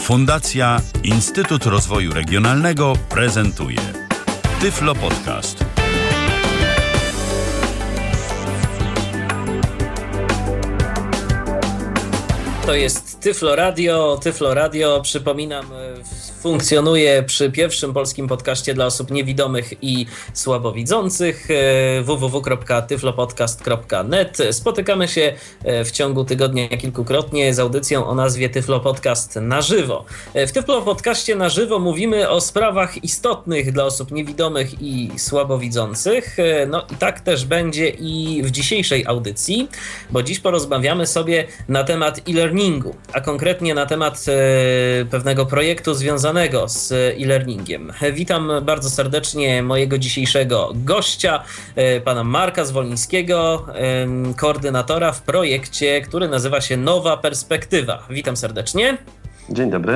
Fundacja Instytut Rozwoju Regionalnego prezentuje Tyflo Podcast. To jest Tyflo Radio. Tyflo Radio, przypominam, funkcjonuje przy pierwszym polskim podcaście dla osób niewidomych i słabowidzących www.tyflopodcast.net. Spotykamy się w ciągu tygodnia kilkukrotnie z audycją o nazwie Tyflo Podcast na żywo. W Tyflo Podcaście na żywo mówimy o sprawach istotnych dla osób niewidomych i słabowidzących. No i tak też będzie i w dzisiejszej audycji, bo dziś porozmawiamy sobie na temat e-learningu, a konkretnie na temat pewnego projektu związanego z e-learningiem. Witam bardzo serdecznie mojego dzisiejszego gościa, pana Marka Zwolińskiego, koordynatora w projekcie, który nazywa się Nowa Perspektywa. Witam serdecznie. Dzień dobry.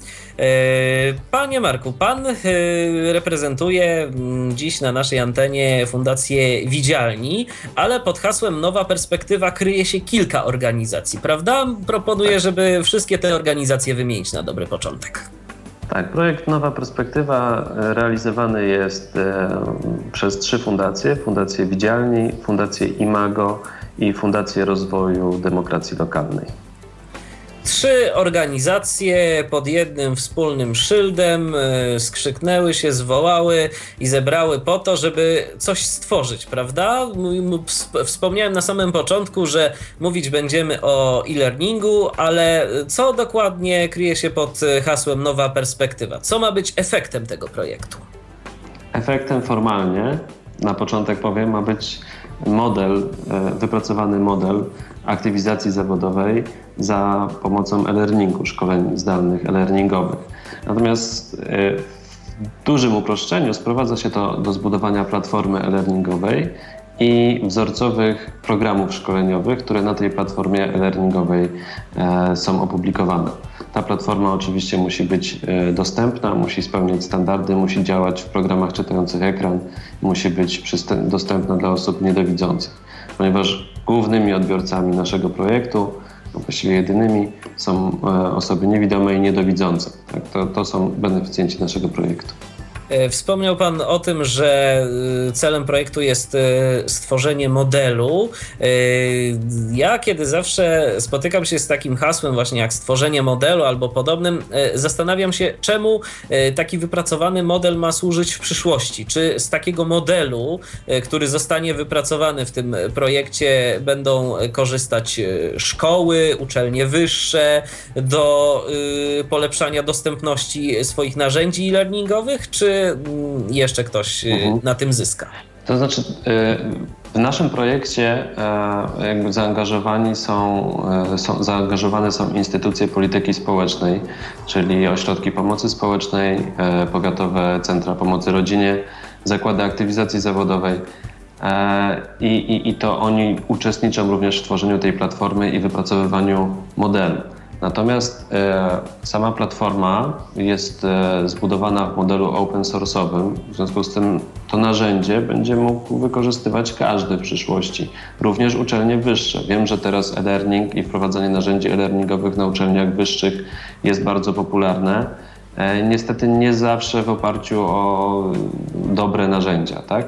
Panie Marku, pan reprezentuje dziś na naszej antenie Fundację Widzialni, ale pod hasłem Nowa Perspektywa kryje się kilka organizacji, prawda? Proponuję, żeby wszystkie te organizacje wymienić na dobry początek. Tak, projekt Nowa Perspektywa realizowany jest przez 3 fundacje. Fundację Widzialni, Fundację Imago i Fundację Rozwoju Demokracji Lokalnej. 3 organizacje pod jednym wspólnym szyldem skrzyknęły się, zwołały i zebrały po to, żeby coś stworzyć, prawda? Wspomniałem na samym początku, że mówić będziemy o e-learningu, ale co dokładnie kryje się pod hasłem Nowa Perspektywa? Co ma być efektem tego projektu? Efektem formalnie, na początek powiem, ma być wypracowany model aktywizacji zawodowej za pomocą e-learningu, szkoleń zdalnych e-learningowych. Natomiast w dużym uproszczeniu sprowadza się to do zbudowania platformy e-learningowej i wzorcowych programów szkoleniowych, które na tej platformie e-learningowej są opublikowane. Ta platforma oczywiście musi być dostępna, musi spełniać standardy, musi działać w programach czytających ekran, musi być dostępna dla osób niedowidzących, ponieważ głównymi odbiorcami naszego projektu, właściwie jedynymi, są osoby niewidome i niedowidzące. Tak, to są beneficjenci naszego projektu. Wspomniał pan o tym, że celem projektu jest stworzenie modelu. Ja kiedy zawsze spotykam się z takim hasłem właśnie jak stworzenie modelu albo podobnym, zastanawiam się, czemu taki wypracowany model ma służyć w przyszłości. Czy z takiego modelu, który zostanie wypracowany w tym projekcie, będą korzystać szkoły, uczelnie wyższe do polepszania dostępności swoich narzędzi e-learningowych, czy jeszcze ktoś na tym zyska? To znaczy, w naszym projekcie jakby zaangażowane są instytucje polityki społecznej, czyli ośrodki pomocy społecznej, powiatowe centra pomocy rodzinie, zakłady aktywizacji zawodowej. I to oni uczestniczą również w tworzeniu tej platformy i wypracowywaniu modelu. Natomiast sama platforma jest zbudowana w modelu open source'owym, w związku z tym to narzędzie będzie mógł wykorzystywać każdy w przyszłości, również uczelnie wyższe. Wiem, że teraz e-learning i wprowadzanie narzędzi e-learningowych na uczelniach wyższych jest bardzo popularne. Niestety nie zawsze w oparciu o dobre narzędzia, tak?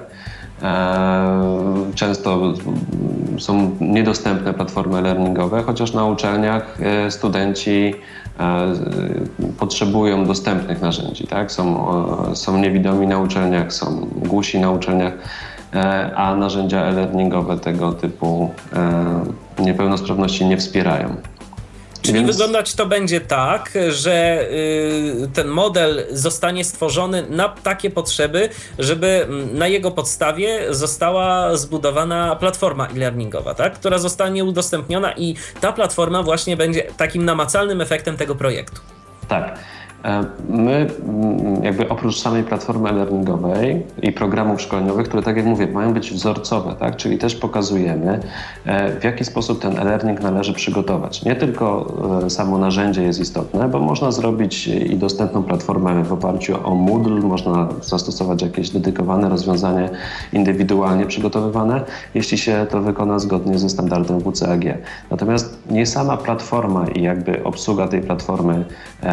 Często są niedostępne platformy e-learningowe, chociaż na uczelniach studenci potrzebują dostępnych narzędzi. Tak? Są niewidomi na uczelniach, są głusi na uczelniach, a narzędzia e-learningowe tego typu niepełnosprawności nie wspierają. Czyli wyglądać to będzie tak, że ten model zostanie stworzony na takie potrzeby, żeby na jego podstawie została zbudowana platforma e-learningowa, tak? Która zostanie udostępniona i ta platforma właśnie będzie takim namacalnym efektem tego projektu. Tak. My jakby oprócz samej platformy e-learningowej i programów szkoleniowych, które tak jak mówię, mają być wzorcowe, tak? Czyli też pokazujemy, w jaki sposób ten e-learning należy przygotować. Nie tylko samo narzędzie jest istotne, bo można zrobić i dostępną platformę w oparciu o Moodle, można zastosować jakieś dedykowane rozwiązanie indywidualnie przygotowywane, jeśli się to wykona zgodnie ze standardem WCAG. Natomiast nie sama platforma i jakby obsługa tej platformy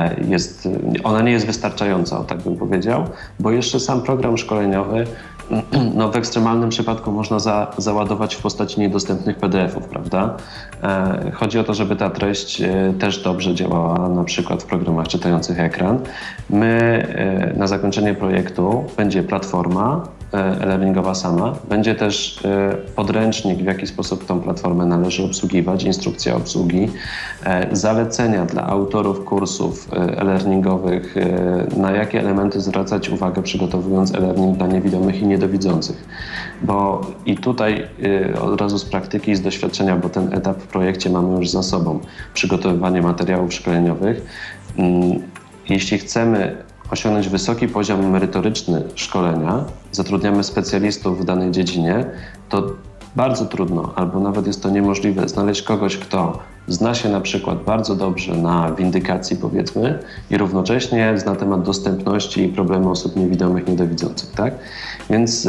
ona nie jest wystarczająca, tak bym powiedział, bo jeszcze sam program szkoleniowy w ekstremalnym przypadku można załadować w postaci niedostępnych PDF-ów, prawda? Chodzi o to, żeby ta treść też dobrze działała, na przykład w programach czytających ekran. Na zakończenie projektu będzie platforma e-learningowa sama, będzie też podręcznik, w jaki sposób tą platformę należy obsługiwać, instrukcja obsługi, zalecenia dla autorów kursów e-learningowych, na jakie elementy zwracać uwagę, przygotowując e-learning dla niewidomych i niedowidzących. Bo i tutaj od razu z praktyki i z doświadczenia, bo ten etap w projekcie mamy już za sobą, przygotowywanie materiałów szkoleniowych. Jeśli chcemy osiągnąć wysoki poziom merytoryczny szkolenia, zatrudniamy specjalistów w danej dziedzinie, to bardzo trudno, albo nawet jest to niemożliwe znaleźć kogoś, kto zna się na przykład bardzo dobrze na windykacji, powiedzmy, i równocześnie zna temat dostępności i problemy osób niewidomych, niedowidzących, tak? Więc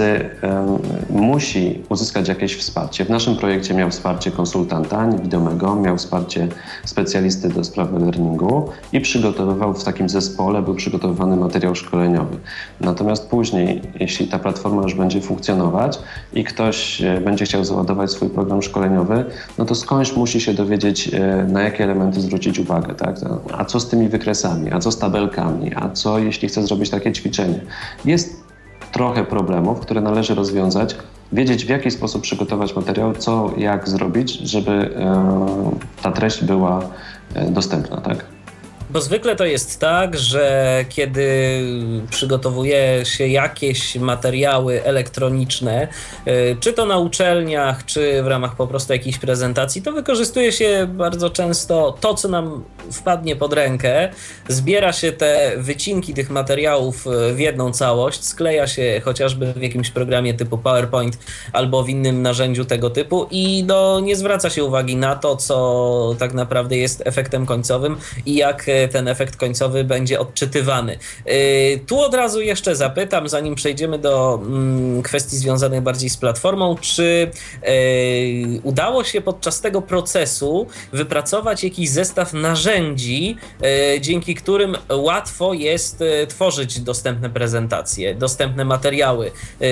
musi uzyskać jakieś wsparcie. W naszym projekcie miał wsparcie konsultanta niewidomego, miał wsparcie specjalisty do spraw e-learningu i przygotowywał w takim zespole, był przygotowywany materiał szkoleniowy. Natomiast później, jeśli ta platforma już będzie funkcjonować i ktoś będzie chciał załadować swój program szkoleniowy, no to skądś musi się dowiedzieć, na jakie elementy zwrócić uwagę, tak? A co z tymi wykresami, a co z tabelkami, a co jeśli chcę zrobić takie ćwiczenie. Jest trochę problemów, które należy rozwiązać, wiedzieć w jaki sposób przygotować materiał, co, jak zrobić, żeby ta treść była dostępna, tak? Bo zwykle to jest tak, że kiedy przygotowuje się jakieś materiały elektroniczne, czy to na uczelniach, czy w ramach po prostu jakiejś prezentacji, to wykorzystuje się bardzo często to, co nam wpadnie pod rękę, zbiera się te wycinki tych materiałów w jedną całość, skleja się chociażby w jakimś programie typu PowerPoint albo w innym narzędziu tego typu i nie zwraca się uwagi na to, co tak naprawdę jest efektem końcowym i jak ten efekt końcowy będzie odczytywany. Tu od razu jeszcze zapytam, zanim przejdziemy do kwestii związanych bardziej z platformą, czy udało się podczas tego procesu wypracować jakiś zestaw narzędzi, dzięki którym łatwo jest tworzyć dostępne prezentacje, dostępne materiały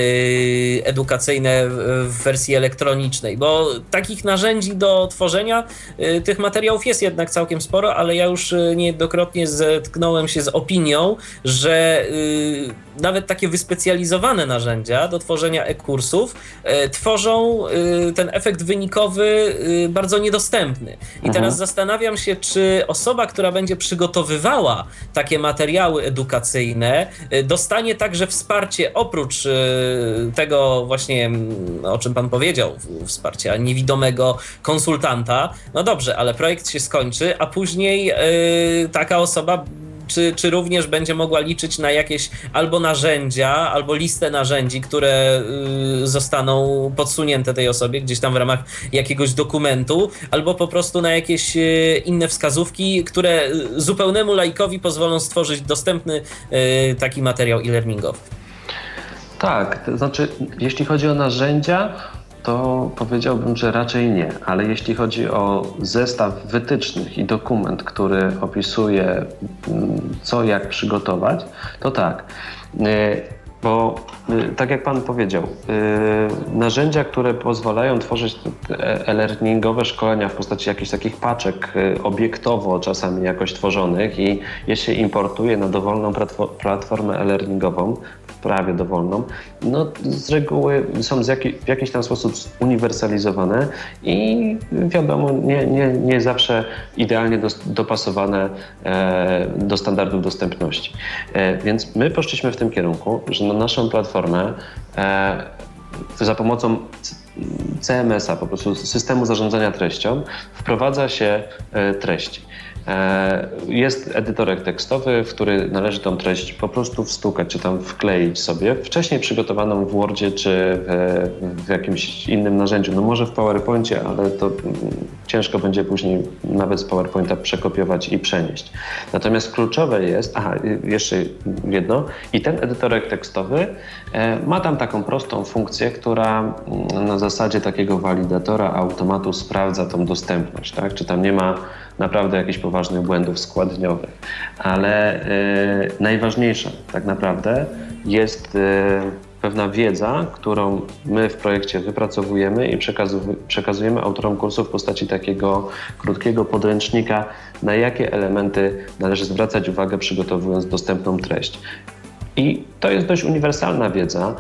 edukacyjne w wersji elektronicznej, bo takich narzędzi do tworzenia tych materiałów jest jednak całkiem sporo, ale ja już niejednokrotnie zetknąłem się z opinią, że nawet takie wyspecjalizowane narzędzia do tworzenia e-kursów tworzą ten efekt wynikowy bardzo niedostępny. I teraz zastanawiam się, czy osoba, która będzie przygotowywała takie materiały edukacyjne, dostanie także wsparcie oprócz tego właśnie, o czym pan powiedział, wsparcia niewidomego konsultanta. No dobrze, ale projekt się skończy, a później taka osoba czy również będzie mogła liczyć na jakieś albo narzędzia, albo listę narzędzi, które zostaną podsunięte tej osobie gdzieś tam w ramach jakiegoś dokumentu, albo po prostu na jakieś inne wskazówki, które zupełnemu laikowi pozwolą stworzyć dostępny taki materiał e-learningowy. Tak, to znaczy jeśli chodzi o narzędzia, to powiedziałbym, że raczej nie, ale jeśli chodzi o zestaw wytycznych i dokument, który opisuje co, jak przygotować, to tak. Bo tak jak pan powiedział, narzędzia, które pozwalają tworzyć e-learningowe szkolenia w postaci jakichś takich paczek obiektowo czasami jakoś tworzonych i je się importuje na dowolną platformę e-learningową, prawie dowolną, no z reguły są w jakiś tam sposób uniwersalizowane i wiadomo, nie zawsze idealnie dopasowane do standardów dostępności. Więc my poszliśmy w tym kierunku, że na naszą platformę za pomocą CMS-a, po prostu systemu zarządzania treścią, wprowadza się treści. Jest edytorek tekstowy, w który należy tą treść po prostu wstukać, czy tam wkleić sobie, wcześniej przygotowaną w Wordzie, czy w jakimś innym narzędziu. No może w PowerPoincie, ale to ciężko będzie później nawet z PowerPointa przekopiować i przenieść. Natomiast kluczowe jest, jeszcze jedno, i ten edytorek tekstowy ma tam taką prostą funkcję, która na zasadzie takiego walidatora automatu sprawdza tą dostępność, tak? Czy tam nie ma naprawdę jakichś poważnych błędów składniowych. Ale najważniejsza tak naprawdę jest pewna wiedza, którą my w projekcie wypracowujemy i przekazujemy autorom kursu w postaci takiego krótkiego podręcznika, na jakie elementy należy zwracać uwagę, przygotowując dostępną treść. I to jest dość uniwersalna wiedza,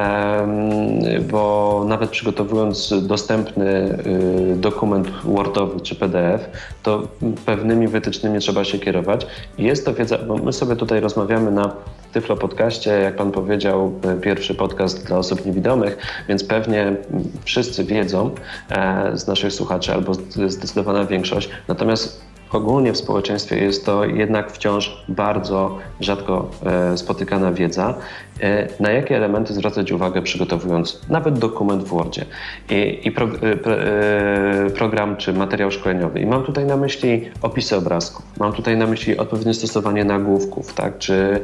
bo nawet przygotowując dostępny dokument Wordowy czy PDF, to pewnymi wytycznymi trzeba się kierować. I jest to wiedza, bo my sobie tutaj rozmawiamy na Tyflo Podcaście, jak Pan powiedział, pierwszy podcast dla osób niewidomych, więc pewnie wszyscy wiedzą z naszych słuchaczy, albo zdecydowana większość. Natomiast ogólnie w społeczeństwie jest to jednak wciąż bardzo rzadko spotykana wiedza, na jakie elementy zwracać uwagę, przygotowując nawet dokument w Wordzie i program czy materiał szkoleniowy. I mam tutaj na myśli opisy obrazków, mam tutaj na myśli odpowiednie stosowanie nagłówków, tak? Czy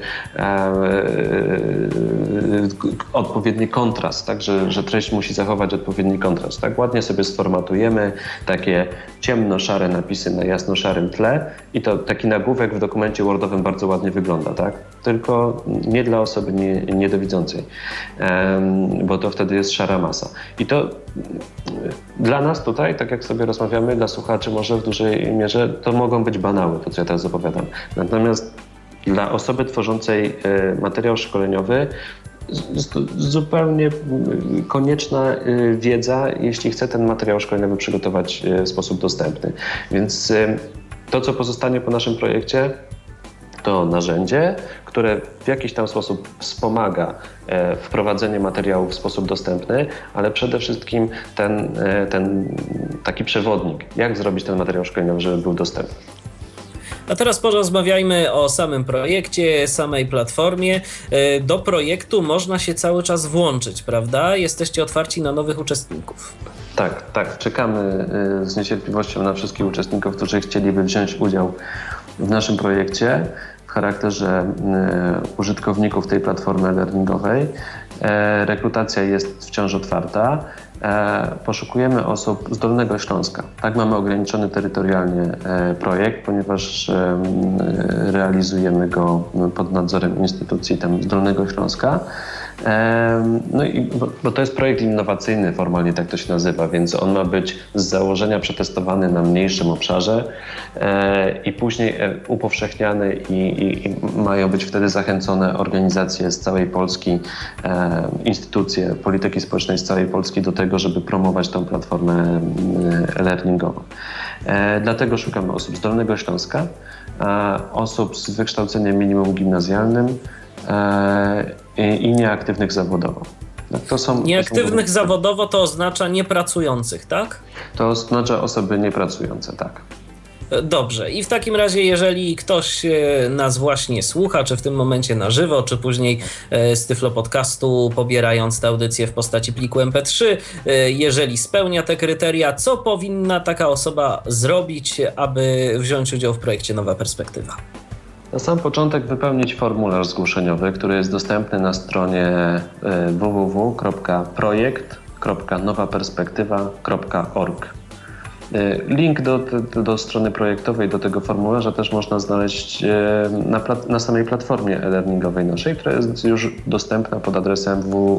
odpowiedni kontrast, tak? Że treść musi zachować odpowiedni kontrast. Tak? Ładnie sobie sformatujemy takie ciemno-szare napisy na jasno-szarym tle i to taki nagłówek w dokumencie Wordowym bardzo ładnie wygląda, tak? Tylko nie dla osoby niedowidzącej, bo to wtedy jest szara masa. I to dla nas tutaj, tak jak sobie rozmawiamy, dla słuchaczy może w dużej mierze to mogą być banały, to co ja teraz opowiadam. Natomiast dla osoby tworzącej materiał szkoleniowy zupełnie konieczna wiedza, jeśli chce ten materiał szkoleniowy przygotować w sposób dostępny. Więc to, co pozostanie po naszym projekcie, to narzędzie, które w jakiś tam sposób wspomaga wprowadzenie materiału w sposób dostępny, ale przede wszystkim ten taki przewodnik, jak zrobić ten materiał szkoleniowy, żeby był dostępny. A teraz porozmawiajmy o samym projekcie, samej platformie. Do projektu można się cały czas włączyć, prawda? Jesteście otwarci na nowych uczestników. Tak. Czekamy z niecierpliwością na wszystkich uczestników, którzy chcieliby wziąć udział w naszym projekcie w charakterze użytkowników tej platformy e-learningowej. Rekrutacja jest wciąż otwarta. Poszukujemy osób z Dolnego Śląska. Tak, mamy ograniczony terytorialnie projekt, ponieważ realizujemy go pod nadzorem instytucji tam z Dolnego Śląska. No i bo to jest projekt innowacyjny, formalnie tak to się nazywa, więc on ma być z założenia przetestowany na mniejszym obszarze i później upowszechniany i mają być wtedy zachęcone organizacje z całej Polski, instytucje polityki społecznej z całej Polski do tego, żeby promować tą platformę e-learningową. Dlatego szukamy osób z Dolnego Śląska, osób z wykształceniem minimum gimnazjalnym i nieaktywnych zawodowo. Nieaktywnych zawodowo to oznacza niepracujących, tak? To oznacza osoby niepracujące, tak. Dobrze. I w takim razie, jeżeli ktoś nas właśnie słucha, czy w tym momencie na żywo, czy później z Tyflo Podcastu, pobierając tę audycję w postaci pliku MP3, jeżeli spełnia te kryteria, co powinna taka osoba zrobić, aby wziąć udział w projekcie Nowa Perspektywa? Na sam początek wypełnić formularz zgłoszeniowy, który jest dostępny na stronie www.projekt.nowaperspektywa.org. Link do strony projektowej, do tego formularza też można znaleźć na samej platformie e-learningowej naszej, która jest już dostępna pod adresem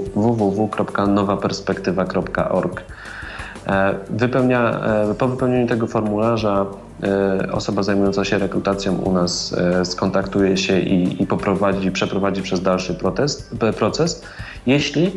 www.nowaperspektywa.org. Po wypełnieniu tego formularza osoba zajmująca się rekrutacją u nas skontaktuje się i przeprowadzi przez dalszy proces. Jeśli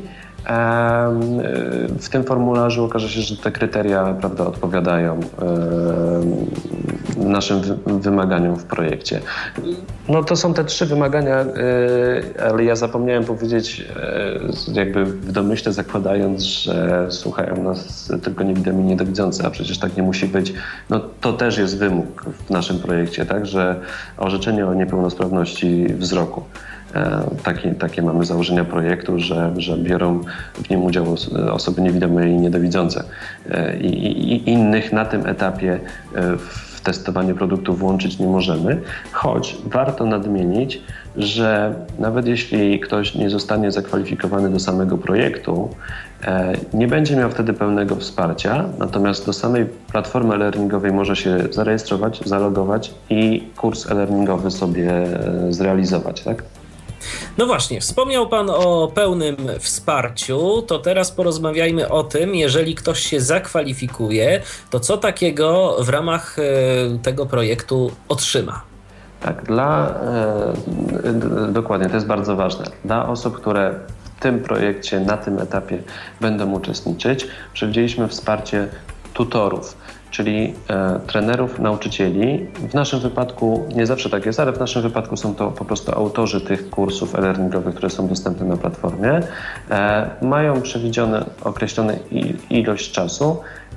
w tym formularzu okaże się, że te kryteria, prawda, odpowiadają naszym wymaganiom w projekcie. No to są te 3 wymagania, ale ja zapomniałem powiedzieć, jakby w domyśle zakładając, że słuchają nas tylko niewidomi i niedowidzący, a przecież tak nie musi być. No to też jest wymóg w naszym projekcie, tak, że orzeczenie o niepełnosprawności wzroku. Takie mamy założenia projektu, że biorą w nim udział osoby niewidome i niedowidzące. I innych na tym etapie w testowaniu produktu włączyć nie możemy, choć warto nadmienić, że nawet jeśli ktoś nie zostanie zakwalifikowany do samego projektu, nie będzie miał wtedy pełnego wsparcia, natomiast do samej platformy e-learningowej może się zarejestrować, zalogować i kurs e-learningowy sobie zrealizować, tak? No właśnie, wspomniał Pan o pełnym wsparciu, to teraz porozmawiajmy o tym, jeżeli ktoś się zakwalifikuje, to co takiego w ramach tego projektu otrzyma? Tak, dokładnie, to jest bardzo ważne. Dla osób, które w tym projekcie, na tym etapie będą uczestniczyć, przewidzieliśmy wsparcie tutorów, czyli trenerów, nauczycieli. W naszym wypadku, nie zawsze tak jest, ale w naszym wypadku są to po prostu autorzy tych kursów e-learningowych, które są dostępne na platformie. Mają przewidziane określoną ilość czasu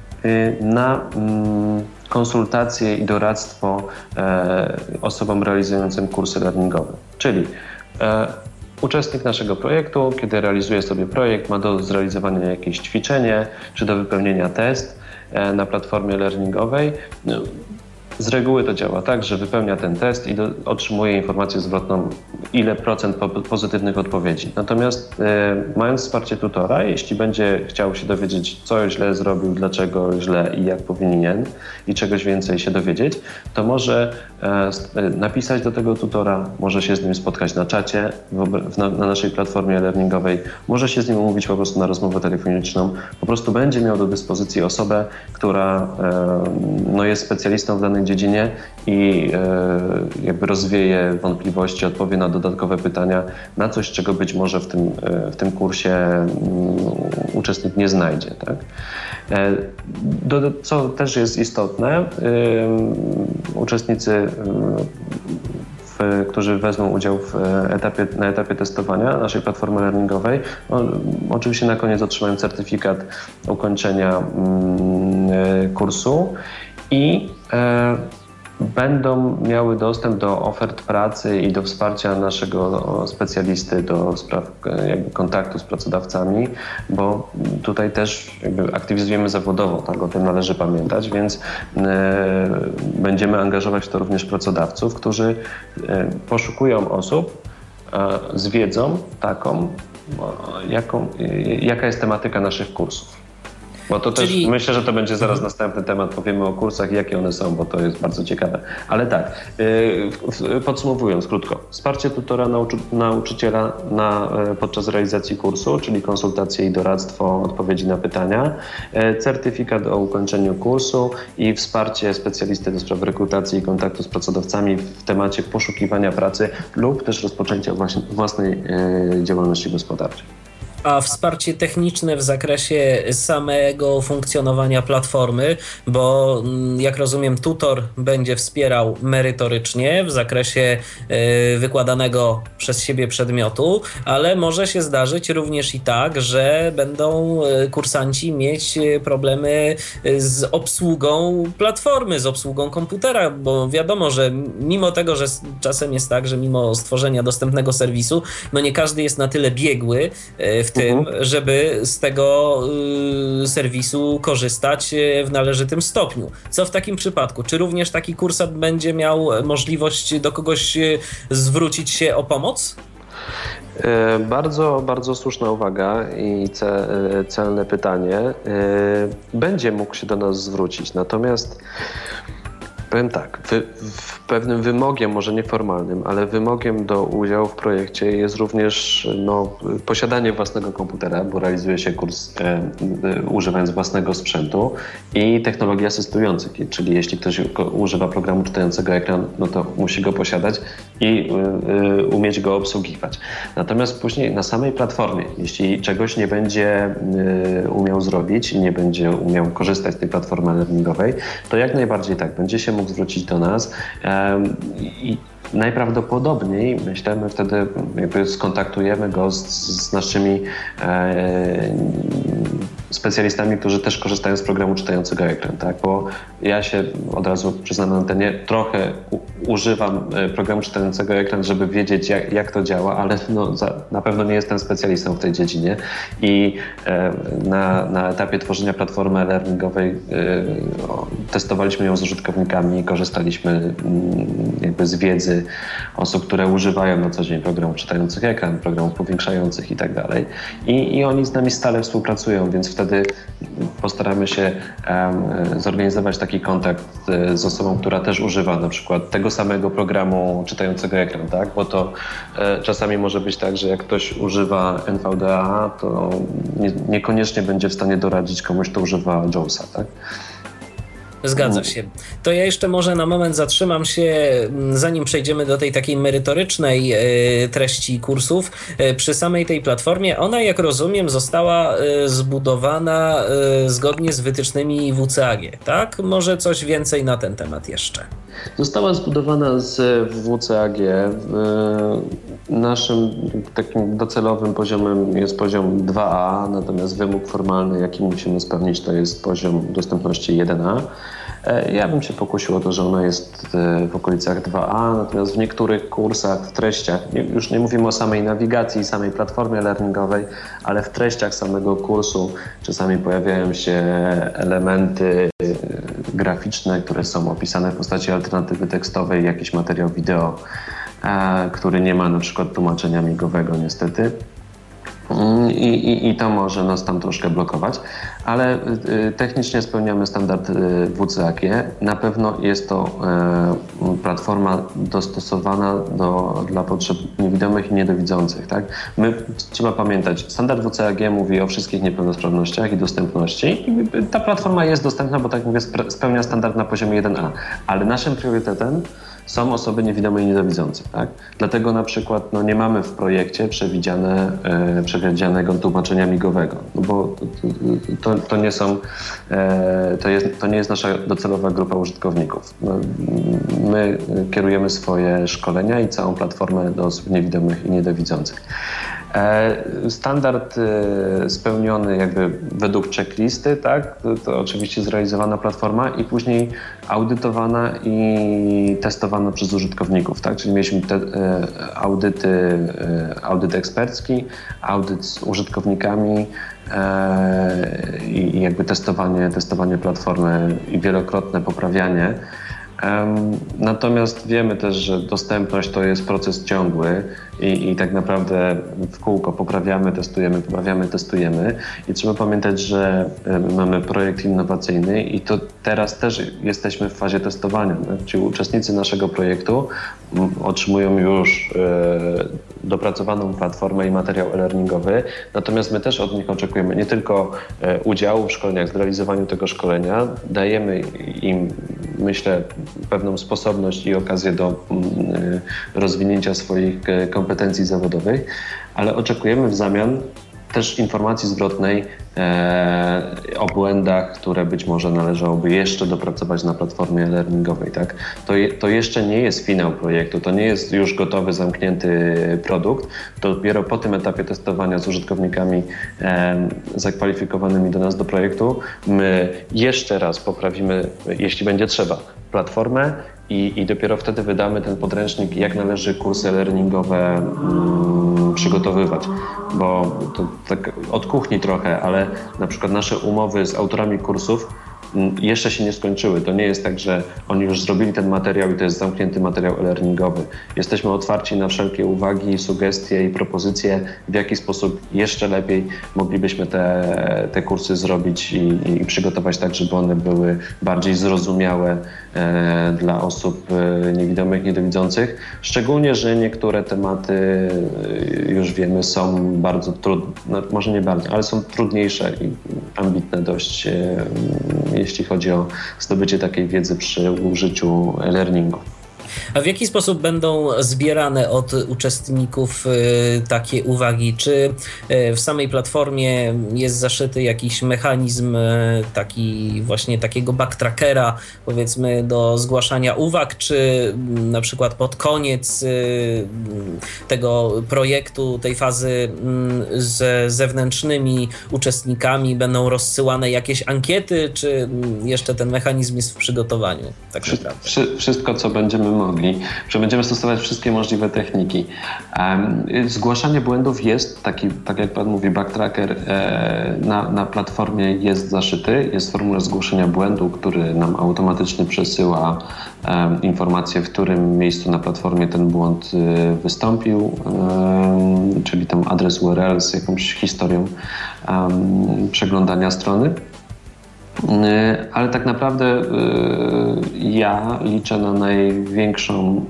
na konsultacje i doradztwo osobom realizującym kursy e-learningowe. Czyli uczestnik naszego projektu, kiedy realizuje sobie projekt, ma do zrealizowania jakieś ćwiczenie czy do wypełnienia test na platformie learningowej. Z reguły to działa tak, że wypełnia ten test i otrzymuje informację zwrotną, ile procent pozytywnych odpowiedzi. Natomiast mając wsparcie tutora, jeśli będzie chciał się dowiedzieć, co źle zrobił, dlaczego źle i jak powinien i czegoś więcej się dowiedzieć, to może napisać do tego tutora, może się z nim spotkać na czacie na naszej platformie learningowej, może się z nim umówić po prostu na rozmowę telefoniczną. Po prostu będzie miał do dyspozycji osobę, która jest specjalistą w danej dziedzinie i jakby rozwieje wątpliwości, odpowie na dodatkowe pytania, na coś, czego być może w tym kursie uczestnik nie znajdzie. Tak? Co też jest istotne, uczestnicy, którzy wezmą udział na etapie testowania naszej platformy learningowej, oczywiście na koniec otrzymają certyfikat ukończenia kursu i będą miały dostęp do ofert pracy i do wsparcia naszego specjalisty do spraw jakby kontaktu z pracodawcami, bo tutaj też jakby aktywizujemy zawodowo, tak, o tym należy pamiętać, więc będziemy angażować w to również pracodawców, którzy poszukują osób z wiedzą taką, jaka jest tematyka naszych kursów. Bo to też myślę, że to będzie zaraz następny temat, powiemy o kursach, jakie one są, bo to jest bardzo ciekawe. Ale tak, podsumowując krótko, wsparcie tutora, nauczyciela podczas realizacji kursu, czyli konsultacje i doradztwo, odpowiedzi na pytania, certyfikat o ukończeniu kursu i wsparcie specjalisty do spraw rekrutacji i kontaktu z pracodawcami w temacie poszukiwania pracy lub też rozpoczęcia własnej działalności gospodarczej. A wsparcie techniczne w zakresie samego funkcjonowania platformy, bo jak rozumiem, tutor będzie wspierał merytorycznie w zakresie wykładanego przez siebie przedmiotu, ale może się zdarzyć również i tak, że będą kursanci mieć problemy z obsługą platformy, z obsługą komputera, bo wiadomo, że mimo tego, że czasem jest tak, że mimo stworzenia dostępnego serwisu, no nie każdy jest na tyle biegły w tym, żeby z tego serwisu korzystać w należytym stopniu. Co w takim przypadku? Czy również taki kursant będzie miał możliwość do kogoś zwrócić się o pomoc? Bardzo, bardzo słuszna uwaga i celne pytanie. Będzie mógł się do nas zwrócić, natomiast powiem tak, pewnym wymogiem, może nieformalnym, ale wymogiem do udziału w projekcie jest również posiadanie własnego komputera, bo realizuje się kurs używając własnego sprzętu i technologii asystujących, czyli jeśli ktoś używa programu czytającego ekran, no to musi go posiadać i umieć go obsługiwać. Natomiast później na samej platformie, jeśli czegoś nie będzie umiał zrobić i nie będzie umiał korzystać z tej platformy learningowej, to jak najbardziej tak, będzie się mógł mógł zwrócić do nas i najprawdopodobniej, myślę, my wtedy jakby skontaktujemy go z naszymi specjalistami, którzy też korzystają z programu czytającego ekran, tak? Bo ja się od razu przyznam na antenie, trochę używam programu czytającego ekran, żeby wiedzieć, jak to działa, ale na pewno nie jestem specjalistą w tej dziedzinie i na etapie tworzenia platformy e-learningowej testowaliśmy ją z użytkownikami, korzystaliśmy jakby z wiedzy osób, które używają na co dzień programów czytających ekran, programów powiększających i tak dalej. I oni z nami stale współpracują, więc wtedy postaramy się zorganizować taki kontakt z osobą, która też używa na przykład tego samego programu czytającego ekran, tak? Bo to czasami może być tak, że jak ktoś używa NVDA, to niekoniecznie będzie w stanie doradzić komuś, kto używa JAWSa, tak? Zgadza się. To ja jeszcze może na moment zatrzymam się, zanim przejdziemy do tej takiej merytorycznej treści kursów, przy samej tej platformie. Ona, jak rozumiem, została zbudowana zgodnie z wytycznymi WCAG, tak? Może coś więcej na ten temat jeszcze? Została zbudowana z WCAG. Naszym takim docelowym poziomem jest poziom 2A, natomiast wymóg formalny, jaki musimy spełnić, to jest poziom dostępności 1A. Ja bym się pokusił o to, że ona jest w okolicach 2A, natomiast w niektórych kursach, w treściach, już nie mówimy o samej nawigacji i samej platformie learningowej, ale w treściach samego kursu czasami pojawiają się elementy graficzne, które są opisane w postaci alternatywy tekstowej, jakiś materiał wideo, który nie ma na przykład tłumaczenia migowego niestety. I to może nas tam troszkę blokować, ale technicznie spełniamy standard WCAG. Na pewno jest to platforma dostosowana dla potrzeb niewidomych i niedowidzących. Tak? Trzeba pamiętać, standard WCAG mówi o wszystkich niepełnosprawnościach i dostępności. I ta platforma jest dostępna, bo tak jak mówię, spełnia standard na poziomie 1A, ale naszym priorytetem są osoby niedowidzące. Tak? Dlatego na przykład nie mamy w projekcie przewidzianego tłumaczenia migowego, bo to nie jest nasza docelowa grupa użytkowników. My kierujemy swoje szkolenia i całą platformę do osób niewidomych i niedowidzących. Standard spełniony jakby według checklisty, tak? To oczywiście zrealizowana platforma i później audytowana i testowana przez użytkowników, tak? Czyli mieliśmy audyt ekspercki, audyt z użytkownikami i jakby testowanie platformy i wielokrotne poprawianie. Natomiast wiemy też, że dostępność to jest proces ciągły i tak naprawdę w kółko poprawiamy, testujemy i trzeba pamiętać, że mamy projekt innowacyjny i to teraz też jesteśmy w fazie testowania. Czyli uczestnicy naszego projektu otrzymują już dopracowaną platformę i materiał e-learningowy, natomiast my też od nich oczekujemy nie tylko udziału w szkoleniach, zrealizowaniu tego szkolenia, dajemy im, myślę, pewną sposobność i okazję do rozwinięcia swoich kompetencji zawodowych, ale oczekujemy w zamian też informacji zwrotnej o błędach, które być może należałoby jeszcze dopracować na platformie e-learningowej. Tak? To jeszcze nie jest finał projektu, to nie jest już gotowy, zamknięty produkt. Dopiero po tym etapie testowania z użytkownikami zakwalifikowanymi do nas do projektu my jeszcze raz poprawimy, jeśli będzie trzeba, platformę i dopiero wtedy wydamy ten podręcznik, jak należy kursy e-learningowe przygotowywać. Bo to tak od kuchni trochę, ale na przykład nasze umowy z autorami kursów jeszcze się nie skończyły. To nie jest tak, że oni już zrobili ten materiał i to jest zamknięty materiał e-learningowy. Jesteśmy otwarci na wszelkie uwagi, sugestie i propozycje, w jaki sposób jeszcze lepiej moglibyśmy te kursy zrobić i przygotować tak, żeby one były bardziej zrozumiałe dla osób niewidomych, niedowidzących. Szczególnie, że niektóre tematy, już wiemy, są bardzo trudne, może nie bardzo, ale są trudniejsze i ambitne dość, jeśli chodzi o zdobycie takiej wiedzy przy użyciu e-learningu. A w jaki sposób będą zbierane od uczestników takie uwagi? Czy w samej platformie jest zaszyty jakiś mechanizm taki właśnie takiego backtrackera, powiedzmy, do zgłaszania uwag, czy na przykład pod koniec tego projektu, tej fazy z zewnętrznymi uczestnikami będą rozsyłane jakieś ankiety, czy jeszcze ten mechanizm jest w przygotowaniu? Tak naprawdę. Wszystko, co będziemy mogli, że będziemy stosować wszystkie możliwe techniki. Zgłaszanie błędów jest taki, tak jak pan mówi, backtracker na platformie jest zaszyty. Jest w formule zgłoszenia błędu, który nam automatycznie przesyła informację, w którym miejscu na platformie ten błąd wystąpił, czyli tam adres URL z jakąś historią przeglądania strony. Ale tak naprawdę ja liczę na największą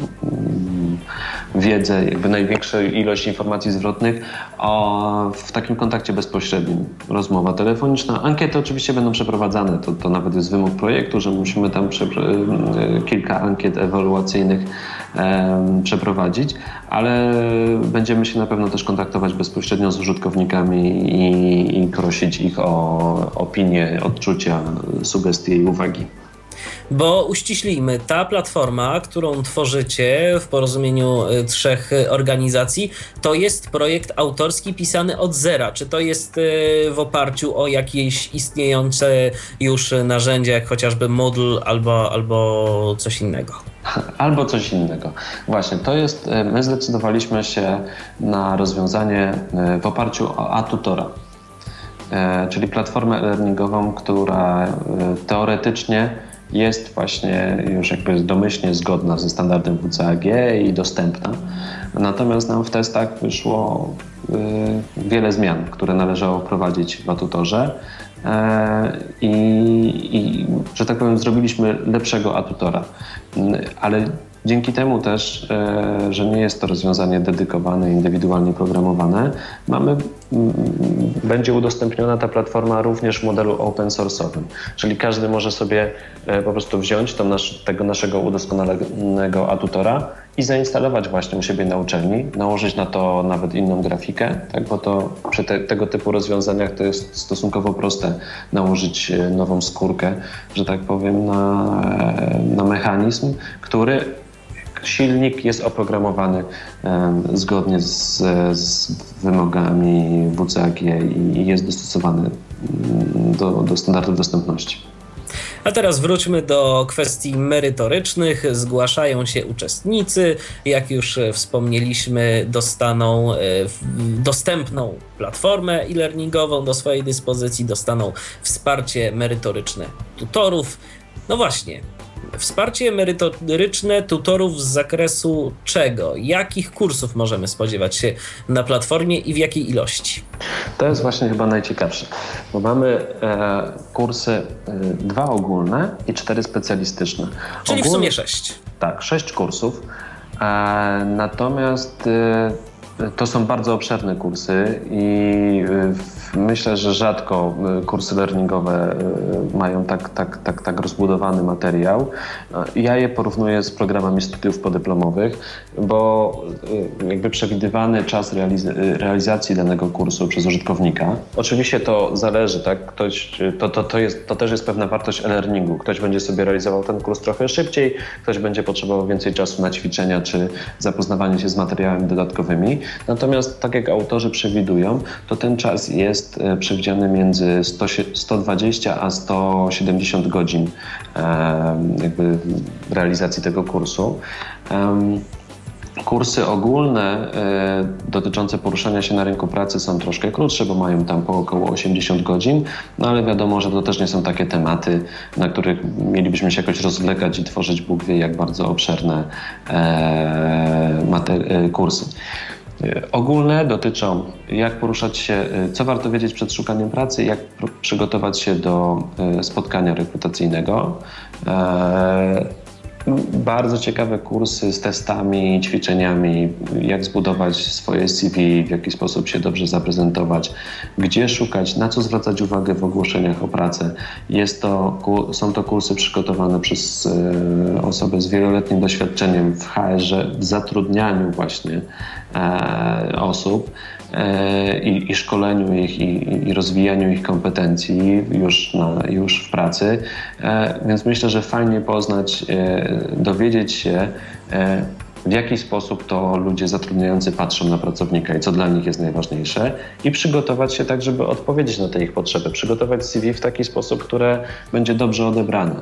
wiedzę, jakby największą ilość informacji zwrotnych w takim kontakcie bezpośrednim. Rozmowa telefoniczna. Ankiety oczywiście będą przeprowadzane. To nawet jest wymóg projektu, że musimy tam kilka ankiet ewaluacyjnych przeprowadzić, ale będziemy się na pewno też kontaktować bezpośrednio z użytkownikami i prosić ich o opinie, odczucia, sugestie i uwagi. Bo uściślijmy, ta platforma, którą tworzycie w porozumieniu 3 organizacji, to jest projekt autorski pisany od zera. Czy to jest w oparciu o jakieś istniejące już narzędzia, jak chociażby Moodle albo coś innego? Albo coś innego. Właśnie, my zdecydowaliśmy się na rozwiązanie w oparciu o A-Tutora, czyli platformę e-learningową, która teoretycznie jest właśnie już jakby domyślnie zgodna ze standardem WCAG i dostępna. Natomiast nam w testach wyszło wiele zmian, które należało wprowadzić w A-Tutorze i że tak powiem, zrobiliśmy lepszego A-Tutora. Ale dzięki temu też, że nie jest to rozwiązanie dedykowane, indywidualnie programowane, będzie udostępniona ta platforma również w modelu open source'owym. Czyli każdy może sobie po prostu wziąć tego naszego udoskonalonego A-Tutora i zainstalować właśnie u siebie na uczelni, nałożyć na to nawet inną grafikę, tak? Bo to przy tego typu rozwiązaniach to jest stosunkowo proste nałożyć nową skórkę, że tak powiem, na mechanizm, który silnik jest oprogramowany zgodnie z wymogami WCAG i jest dostosowany do standardów dostępności. A teraz wróćmy do kwestii merytorycznych. Zgłaszają się uczestnicy. Jak już wspomnieliśmy, dostaną dostępną platformę e-learningową do swojej dyspozycji, dostaną wsparcie merytoryczne tutorów. No właśnie, wsparcie merytoryczne tutorów z zakresu czego? Jakich kursów możemy spodziewać się na platformie i w jakiej ilości? To jest właśnie chyba najciekawsze, bo mamy kursy 2 ogólne i 4 specjalistyczne. Czyli w sumie 6. Tak, 6 kursów. Natomiast to są bardzo obszerne kursy i myślę, że rzadko kursy learningowe mają tak rozbudowany materiał. Ja je porównuję z programami studiów podyplomowych, bo jakby przewidywany czas realizacji danego kursu przez użytkownika. Oczywiście to zależy, tak? To też jest pewna wartość e-learningu. Ktoś będzie sobie realizował ten kurs trochę szybciej, ktoś będzie potrzebował więcej czasu na ćwiczenia czy zapoznawanie się z materiałami dodatkowymi. Natomiast tak jak autorzy przewidują, to ten czas jest przewidziany między 120 a 170 godzin jakby realizacji tego kursu. Kursy ogólne dotyczące poruszania się na rynku pracy są troszkę krótsze, bo mają tam po około 80 godzin, no ale wiadomo, że to też nie są takie tematy, na których mielibyśmy się jakoś rozwlekać i tworzyć Bóg wie jak bardzo obszerne kursy. Ogólne dotyczą, jak poruszać się, co warto wiedzieć przed szukaniem pracy, jak przygotować się do spotkania rekrutacyjnego. Bardzo ciekawe kursy z testami, ćwiczeniami, jak zbudować swoje CV, w jaki sposób się dobrze zaprezentować, gdzie szukać, na co zwracać uwagę w ogłoszeniach o pracę. Są to kursy przygotowane przez osoby z wieloletnim doświadczeniem w HR-ze, w zatrudnianiu właśnie osób i szkoleniu ich i rozwijaniu ich kompetencji już w pracy. Więc myślę, że fajnie poznać, dowiedzieć się, w jaki sposób to ludzie zatrudniający patrzą na pracownika i co dla nich jest najważniejsze i przygotować się tak, żeby odpowiedzieć na te ich potrzeby. Przygotować CV w taki sposób, które będzie dobrze odebrane.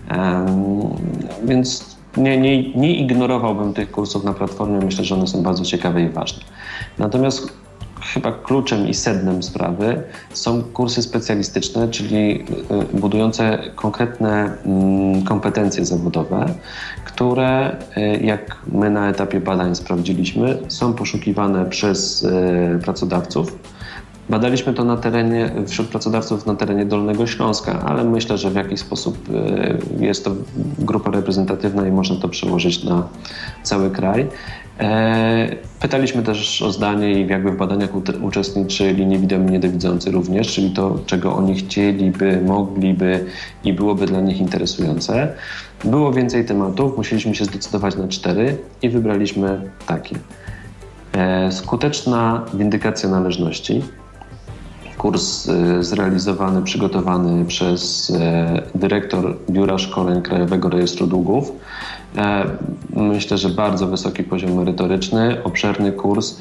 Więc nie ignorowałbym tych kursów na Platformie. Myślę, że one są bardzo ciekawe i ważne. Natomiast chyba kluczem i sednem sprawy są kursy specjalistyczne, czyli budujące konkretne kompetencje zawodowe, które, jak my na etapie badań sprawdziliśmy, są poszukiwane przez pracodawców. Badaliśmy to wśród pracodawców na terenie Dolnego Śląska, ale myślę, że w jakiś sposób jest to grupa reprezentatywna i można to przełożyć na cały kraj. Pytaliśmy też o zdanie i jakby w badaniach uczestniczyli niewidomi, niedowidzący również, czyli to, czego oni chcieliby, mogliby i byłoby dla nich interesujące. Było więcej tematów, musieliśmy się zdecydować na 4 i wybraliśmy takie. Skuteczna windykacja należności. Kurs zrealizowany, przygotowany przez dyrektor Biura Szkoleń Krajowego Rejestru Długów. Myślę, że bardzo wysoki poziom merytoryczny, obszerny kurs